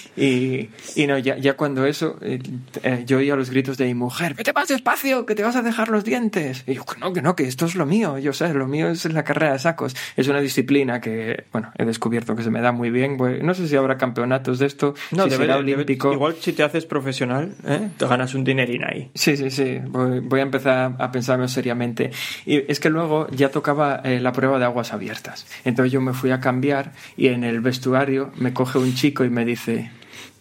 Y no, ya cuando eso, yo oía los gritos de mi mujer, vete más despacio, que te vas a dejar los dientes. Y yo, que no, que esto es lo mío. Yo sé, lo mío es la carrera de sacos. Es una disciplina que, bueno, he descubierto que se me da muy bien. No sé si habrá campeonatos de esto, si será olímpico. Igual si te haces profesional, te ganas un dinerín ahí. Sí. Voy a empezar a pensarlo seriamente. Y es que luego ya tocaba la prueba de aguas abiertas. Entonces yo me fui a cambiar y en el vestuario me coge un chico y me dice,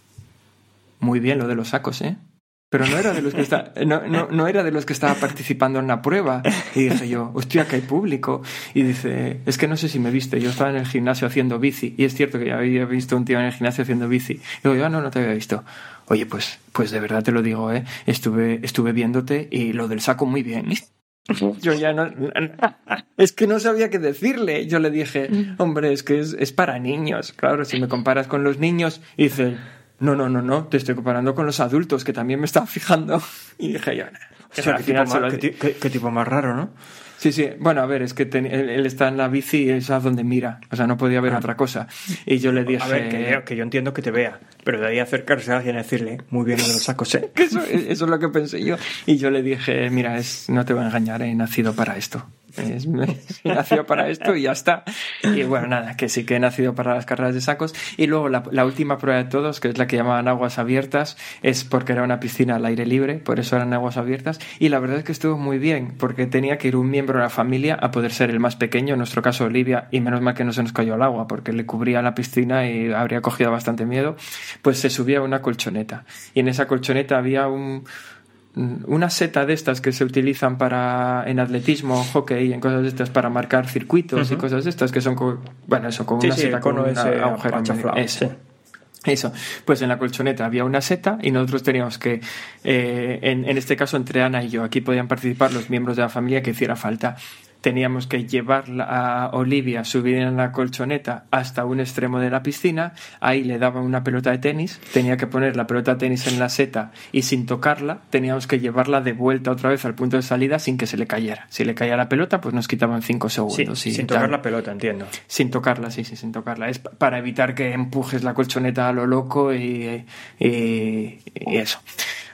muy bien lo de los sacos, ¿eh? Pero no era de los que no era de los que estaba participando en la prueba. Y dije yo, hostia, que hay público. Y dice, es que no sé si me viste, yo estaba en el gimnasio haciendo bici. Y es cierto que ya había visto un tío en el gimnasio haciendo bici. Y digo, yo, no te había visto. Oye, pues de verdad te lo digo, ¿eh? Estuve viéndote y lo del saco muy bien. Yo ya no... Es que no sabía qué decirle. Yo le dije, hombre, es que es para niños. Claro, si me comparas con los niños... Y dice... No, te estoy comparando con los adultos, que también me estaba fijando. Y dije yo, O sea, qué tipo más raro, ¿no? Sí. Bueno, a ver, es que él está en la bici y es a donde mira. O sea, no podía ver otra cosa. Y yo le dije... A ver, que yo entiendo que te vea, pero de ahí acercarse a alguien y decirle, muy bien lo de los sacos, ¿eh? Eso es lo que pensé yo. Y yo le dije, mira, no te voy a engañar, he nacido para esto. He nacido para esto y ya está. Y bueno, nada, que sí que he nacido para las carreras de sacos. Y luego la última prueba de todos, que es la que llamaban aguas abiertas, es porque era una piscina al aire libre, por eso eran aguas abiertas. Y la verdad es que estuvo muy bien, porque tenía que ir un miembro de la familia a poder ser el más pequeño, en nuestro caso Olivia, y menos mal que no se nos cayó al agua, porque le cubría la piscina y habría cogido bastante miedo. Pues se subía a una colchoneta. Y en esa colchoneta había una seta de estas que se utilizan en atletismo, hockey, en cosas de estas para marcar circuitos y cosas de estas que son con una seta con un agujero ese. Eso, pues en la colchoneta había una seta y nosotros teníamos que, en este caso entre Ana y yo, aquí podían participar los miembros de la familia que hiciera falta. Teníamos que llevarla a Olivia, subir en la colchoneta hasta un extremo de la piscina, ahí le daban una pelota de tenis, tenía que poner la pelota de tenis en la seta y sin tocarla teníamos que llevarla de vuelta otra vez al punto de salida sin que se le cayera. Si le caía la pelota, pues nos quitaban 5 segundos. Sí, sin tocar la pelota, entiendo. Sin tocarla, sí, sin tocarla. Es para evitar que empujes la colchoneta a lo loco y eso.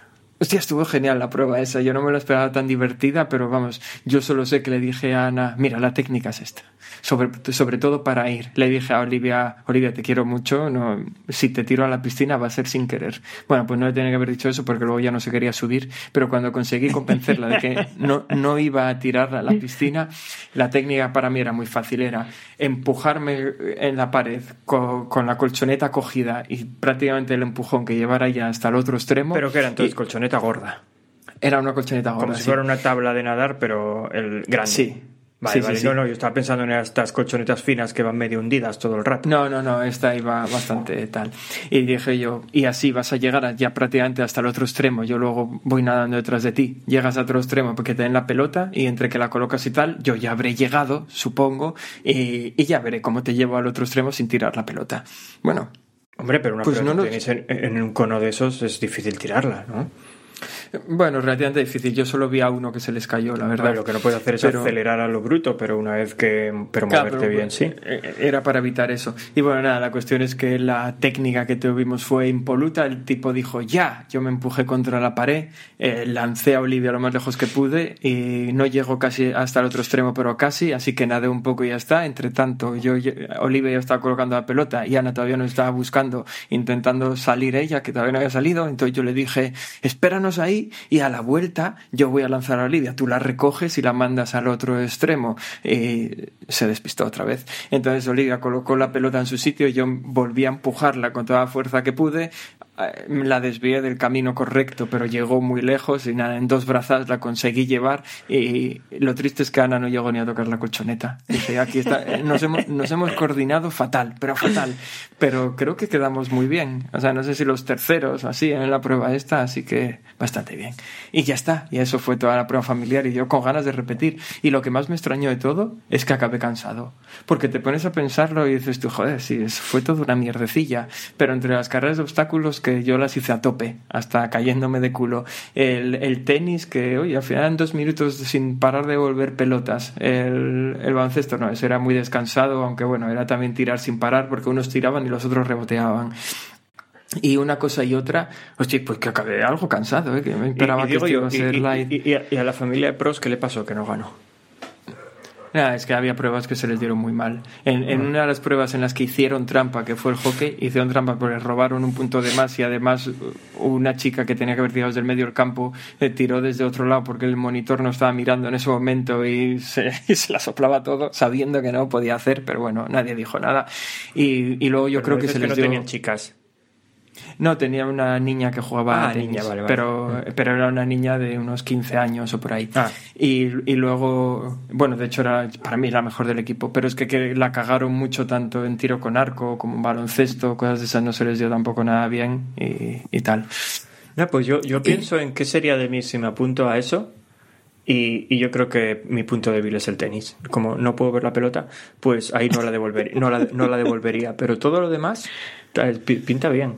Hostia, estuvo genial la prueba esa. Yo no me lo esperaba tan divertida, pero vamos, yo solo sé que le dije a Ana, mira, la técnica es esta. Sobre todo para ir. Le dije a Olivia, te quiero mucho, no, si te tiro a la piscina va a ser sin querer. Bueno, pues no le tenía que haber dicho eso porque luego ya no se quería subir, pero cuando conseguí convencerla de que no iba a tirarla a la piscina, la técnica para mí era muy fácil, era empujarme en la pared con la colchoneta cogida y prácticamente el empujón que llevara ya hasta el otro extremo. ¿Pero qué era entonces? Colchoneta gorda. Era una colchoneta gorda, como si fuera una tabla de nadar, pero el grande. Sí. Vale, sí, vale. sí. No, yo estaba pensando en estas colchonetas finas que van medio hundidas todo el rato. No, esta iba bastante tal. Y dije yo, y así vas a llegar ya prácticamente hasta el otro extremo. Yo luego voy nadando detrás de ti. Llegas a otro extremo porque te den la pelota y entre que la colocas y tal, yo ya habré llegado, supongo, y ya veré cómo te llevo al otro extremo sin tirar la pelota. Bueno. Hombre, pero una pues pelota no que tenéis en un cono de esos es difícil tirarla, ¿no? Bueno, relativamente difícil. Yo solo vi a uno que se les cayó, la verdad. Lo que no puedes hacer es acelerar a lo bruto, pero una vez que... Pero moverte bien, sí. Era para evitar eso. Y bueno, nada, la cuestión es que la técnica que tuvimos fue impoluta. El tipo dijo, ya. Yo me empujé contra la pared, lancé a Olivia lo más lejos que pude y no llegó casi hasta el otro extremo, pero casi, así que nadé un poco y ya está. Entre tanto, Olivia ya estaba colocando la pelota y Ana todavía nos estaba buscando, intentando salir ella, que todavía no había salido. Entonces yo le dije, espéranos ahí y a la vuelta yo voy a lanzar a Olivia, tú la recoges y la mandas al otro extremo. Y se despistó otra vez. Entonces Olivia colocó la pelota en su sitio y yo volví a empujarla con toda la fuerza que pude. La desvié del camino correcto, pero llegó muy lejos y nada, en 2 brazadas la conseguí llevar y lo triste es que Ana no llegó ni a tocar la colchoneta. Dije, aquí está, nos hemos coordinado fatal, pero creo que quedamos muy bien, o sea, no sé si los terceros así en la prueba esta, así que bastante bien. Y ya está, y eso fue toda la prueba familiar y yo con ganas de repetir. Y lo que más me extrañó de todo es que acabé cansado, porque te pones a pensarlo y dices tú, joder, sí, fue toda una mierdecilla, pero entre las carreras de obstáculos que yo las hice a tope, hasta cayéndome de culo. El tenis, que oye, al final en 2 minutos sin parar de devolver pelotas. El baloncesto no, ese era muy descansado, aunque bueno, era también tirar sin parar, porque unos tiraban y los otros reboteaban. Y una cosa y otra, hostia, pues que acabé algo cansado, que me esperaba que iba a ser light. Y a la familia de pros, ¿qué le pasó? Que no ganó. Nada, es que había pruebas que se les dieron muy mal. En una de las pruebas en las que hicieron trampa, que fue el hockey, hicieron trampa porque robaron un punto de más y además una chica que tenía que haber tirado desde el medio del campo tiró desde otro lado porque el monitor no estaba mirando en ese momento y se la soplaba todo sabiendo que no podía hacer, pero bueno, nadie dijo nada. Y luego yo creo que se les no dio... tenían chicas. No, tenía una niña que jugaba a tenis, niña, vale. Pero era una niña de unos 15 años o por ahí. Y luego, bueno, de hecho era para mí la mejor del equipo, pero es que la cagaron mucho tanto en tiro con arco como en baloncesto, cosas de esas no se les dio tampoco nada bien y tal. No, pues yo pienso en qué sería de mí si me apunto a eso. Y yo creo que mi punto débil es el tenis. Como no puedo ver la pelota, pues ahí no la devolvería. Pero todo lo demás pinta bien.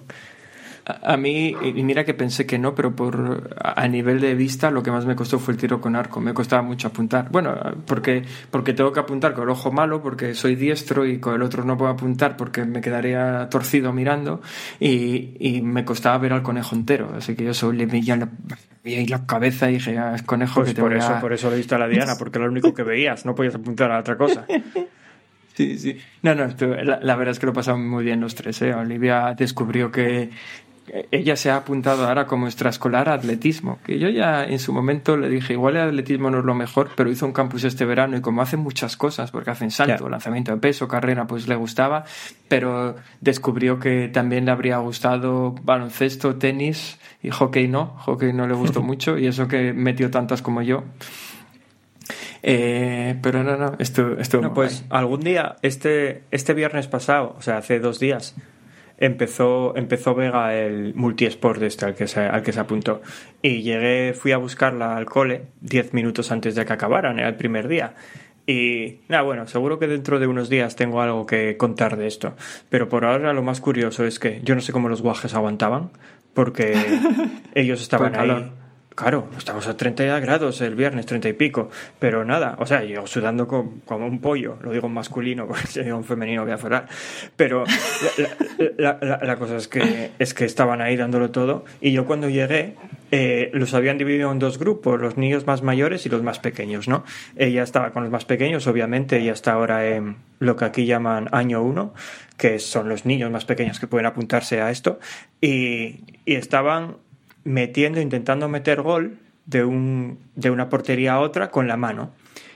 A mí, y mira que pensé que no, pero a nivel de vista lo que más me costó fue el tiro con arco. Me costaba mucho apuntar. Bueno, porque tengo que apuntar con el ojo malo, porque soy diestro y con el otro no puedo apuntar porque me quedaría torcido mirando y me costaba ver al conejo entero. Así que yo solo le veía la cabeza y dije, es conejo, pues que te por voy eso, por eso le diste a la diana, porque era lo único que veías, no podías apuntar a otra cosa. Sí. No, la verdad es que lo pasamos muy bien los tres, ¿eh? Olivia descubrió que ella se ha apuntado ahora como extraescolar a atletismo, que yo ya en su momento le dije, igual el atletismo no es lo mejor, pero hizo un campus este verano y como hacen muchas cosas, porque hacen salto, lanzamiento de peso, carrera, pues le gustaba, pero descubrió que también le habría gustado baloncesto, tenis y hockey no le gustó mucho y eso que metió tantas como yo. Pero no, esto no, pues algún día, este viernes pasado, o sea, hace 2 días, empezó Vega el multiesport al que se apuntó y fui a buscarla al cole 10 minutos antes de que acabaran, era el primer día. Y nada, bueno, seguro que dentro de unos días tengo algo que contar de esto, pero por ahora lo más curioso es que yo no sé cómo los guajes aguantaban, porque ellos estaban ahí claro, estamos a 30 grados el viernes, 30 y pico, pero nada, o sea, yo sudando como un pollo, lo digo en masculino, porque si digo en femenino voy a ferrar, pero la cosa es que estaban ahí dándolo todo, y yo cuando llegué, los habían dividido en dos grupos, los niños más mayores y los más pequeños, ¿no? Ella estaba con los más pequeños, obviamente, ella está ahora en lo que aquí llaman año 1, que son los niños más pequeños que pueden apuntarse a esto, y estaban intentando meter gol de una portería a otra con la mano.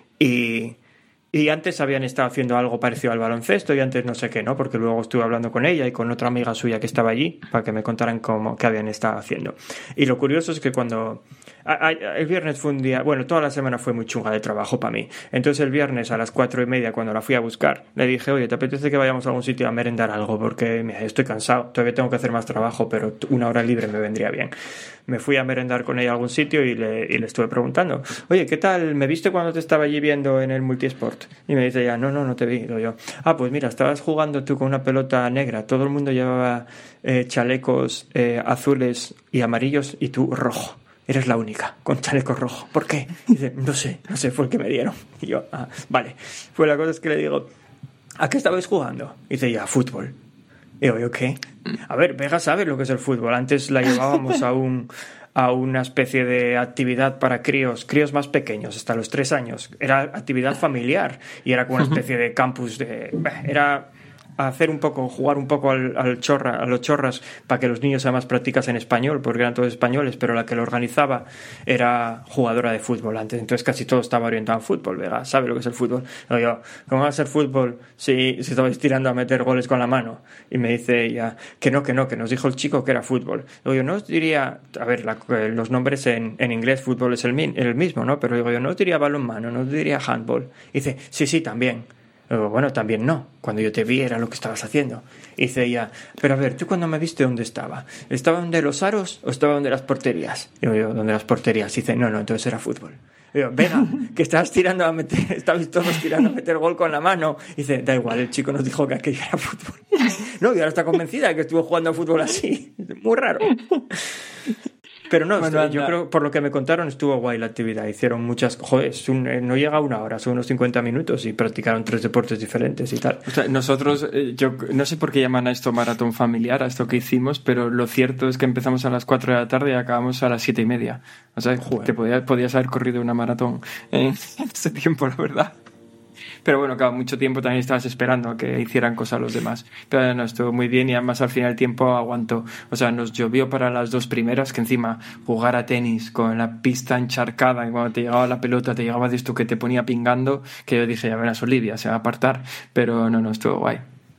Y antes habían estado haciendo algo parecido al baloncesto y antes no sé qué, ¿no? Porque luego estuve hablando con ella y con otra amiga suya que estaba allí para que me contaran qué habían estado haciendo. Y lo curioso es que cuando... El viernes fue un día... Bueno, toda la semana fue muy chunga de trabajo para mí. Entonces el viernes a las 4:30, cuando la fui a buscar, le dije, oye, ¿te apetece que vayamos a algún sitio a merendar algo? Porque mira, estoy cansado, todavía tengo que hacer más trabajo, pero una hora libre me vendría bien. Me fui a merendar con ella a algún sitio y le estuve preguntando, oye, ¿qué tal? ¿Me viste cuando te estaba allí viendo en el multisport? Y me dice ella, no te vi. Digo yo, pues mira, estabas jugando tú con una pelota negra, todo el mundo llevaba chalecos azules y amarillos y tú rojo. Eres la única con chaleco rojo. ¿Por qué? Y dice, no sé, fue el que me dieron. Y yo, vale. Pues la cosa es que le digo, ¿a qué estabais jugando? Y dice, a fútbol. Y digo, ¿yo qué? A ver, Vega sabe lo que es el fútbol. Antes la llevábamos a una especie de actividad para críos más pequeños, hasta los 3 años. Era actividad familiar y era como una especie de campus era jugar un poco a los chorras para que los niños además practicasen español, porque eran todos españoles, pero la que lo organizaba era jugadora de fútbol antes, entonces casi todo estaba orientado a fútbol. Vega sabe lo que es el fútbol. Digo yo, ¿cómo va a ser fútbol si estabais tirando a meter goles con la mano? Y me dice ella, que nos dijo el chico que era fútbol. Digo yo, no os diría, a ver, los nombres en inglés fútbol es el mismo, ¿no? Pero digo yo, no os diría balonmano, no os diría handball. Y dice, sí, también. Digo, bueno, también no. Cuando yo te vi era lo que estabas haciendo. Y dice ella, pero a ver, ¿tú cuando me viste dónde estaba? ¿Estaba donde los aros o estaba donde las porterías? Digo yo, ¿donde las porterías? Y dice, no, entonces era fútbol. Digo, venga, que estabais todos tirando a meter gol con la mano. Y dice, da igual, el chico nos dijo que aquello era fútbol. No, y ahora está convencida de que estuvo jugando a fútbol así. Muy raro. Pero no, bueno, yo creo, por lo que me contaron, estuvo guay la actividad. Hicieron muchas... Joder, no llega a 1 hora, son unos 50 minutos y practicaron 3 deportes diferentes y tal. O sea, nosotros, yo no sé por qué llaman a esto maratón familiar, a esto que hicimos, pero lo cierto es que empezamos a las 4 de la tarde y acabamos a las 7:30. O sea, podías haber corrido una maratón en ese tiempo, la verdad. Pero bueno, cada mucho tiempo también estabas esperando a que hicieran cosas los demás. Pero no, estuvo muy bien y además al final el tiempo aguantó. O sea, nos llovió para las 2 primeras, que encima jugar a tenis con la pista encharcada y cuando te llegaba la pelota te llegaba de esto que te ponía pingando, que yo dije, ya verás, Olivia se va a apartar. Pero no, estuvo guay.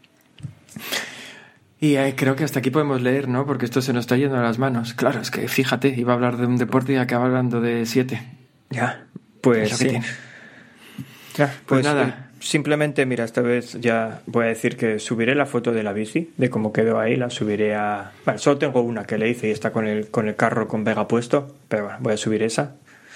Y creo que hasta aquí podemos leer, ¿no? Porque esto se nos está yendo a las manos. Claro, es que fíjate, iba a hablar de un deporte y acaba hablando de 7. Ya, pues es lo que tiene. Ya, pues nada, simplemente, mira, esta vez ya voy a decir que subiré la foto de la bici, de cómo quedó ahí, la subiré a... Bueno, solo tengo una que le hice y está con el carro con Vega puesto, pero bueno, voy a subir esa.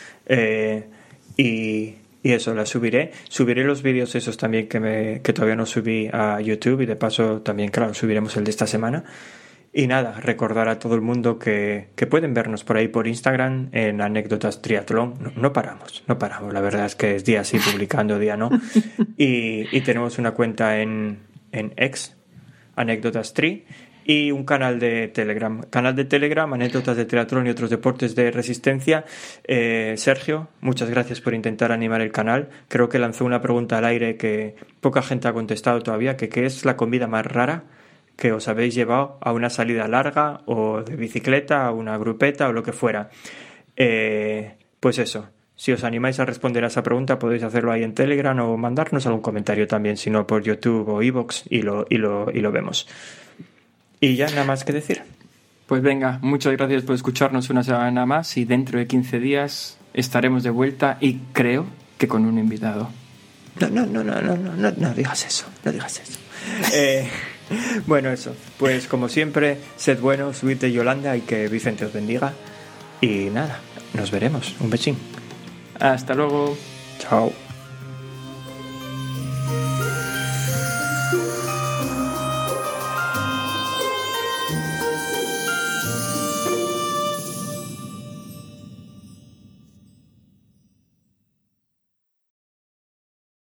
Y eso, la subiré. Subiré los vídeos esos también que todavía no subí a YouTube y de paso también, claro, subiremos el de esta semana. Y nada, recordar a todo el mundo que pueden vernos por ahí por Instagram en Anécdotas Triatlón. No paramos, la verdad es que es día sí publicando, día no. Y tenemos una cuenta en X, Anécdotas Tri, y un canal de Telegram. Anécdotas de Triatlón y otros deportes de resistencia. Sergio, muchas gracias por intentar animar el canal. Creo que lanzó una pregunta al aire que poca gente ha contestado todavía, que ¿qué es la comida más rara que os habéis llevado a una salida larga o de bicicleta, a una grupeta o lo que fuera? Pues eso, si os animáis a responder a esa pregunta podéis hacerlo ahí en Telegram o mandarnos algún comentario también, si no por YouTube o iVoox y lo vemos. Y ya nada más que decir. Pues venga, muchas gracias por escucharnos una semana más y dentro de 15 días estaremos de vuelta y creo que con un invitado. No digas eso. Bueno, eso. Pues como siempre, sed buenos, subid de Yolanda y que Vicente os bendiga. Y nada, nos veremos. Un besín. Hasta luego. Chao.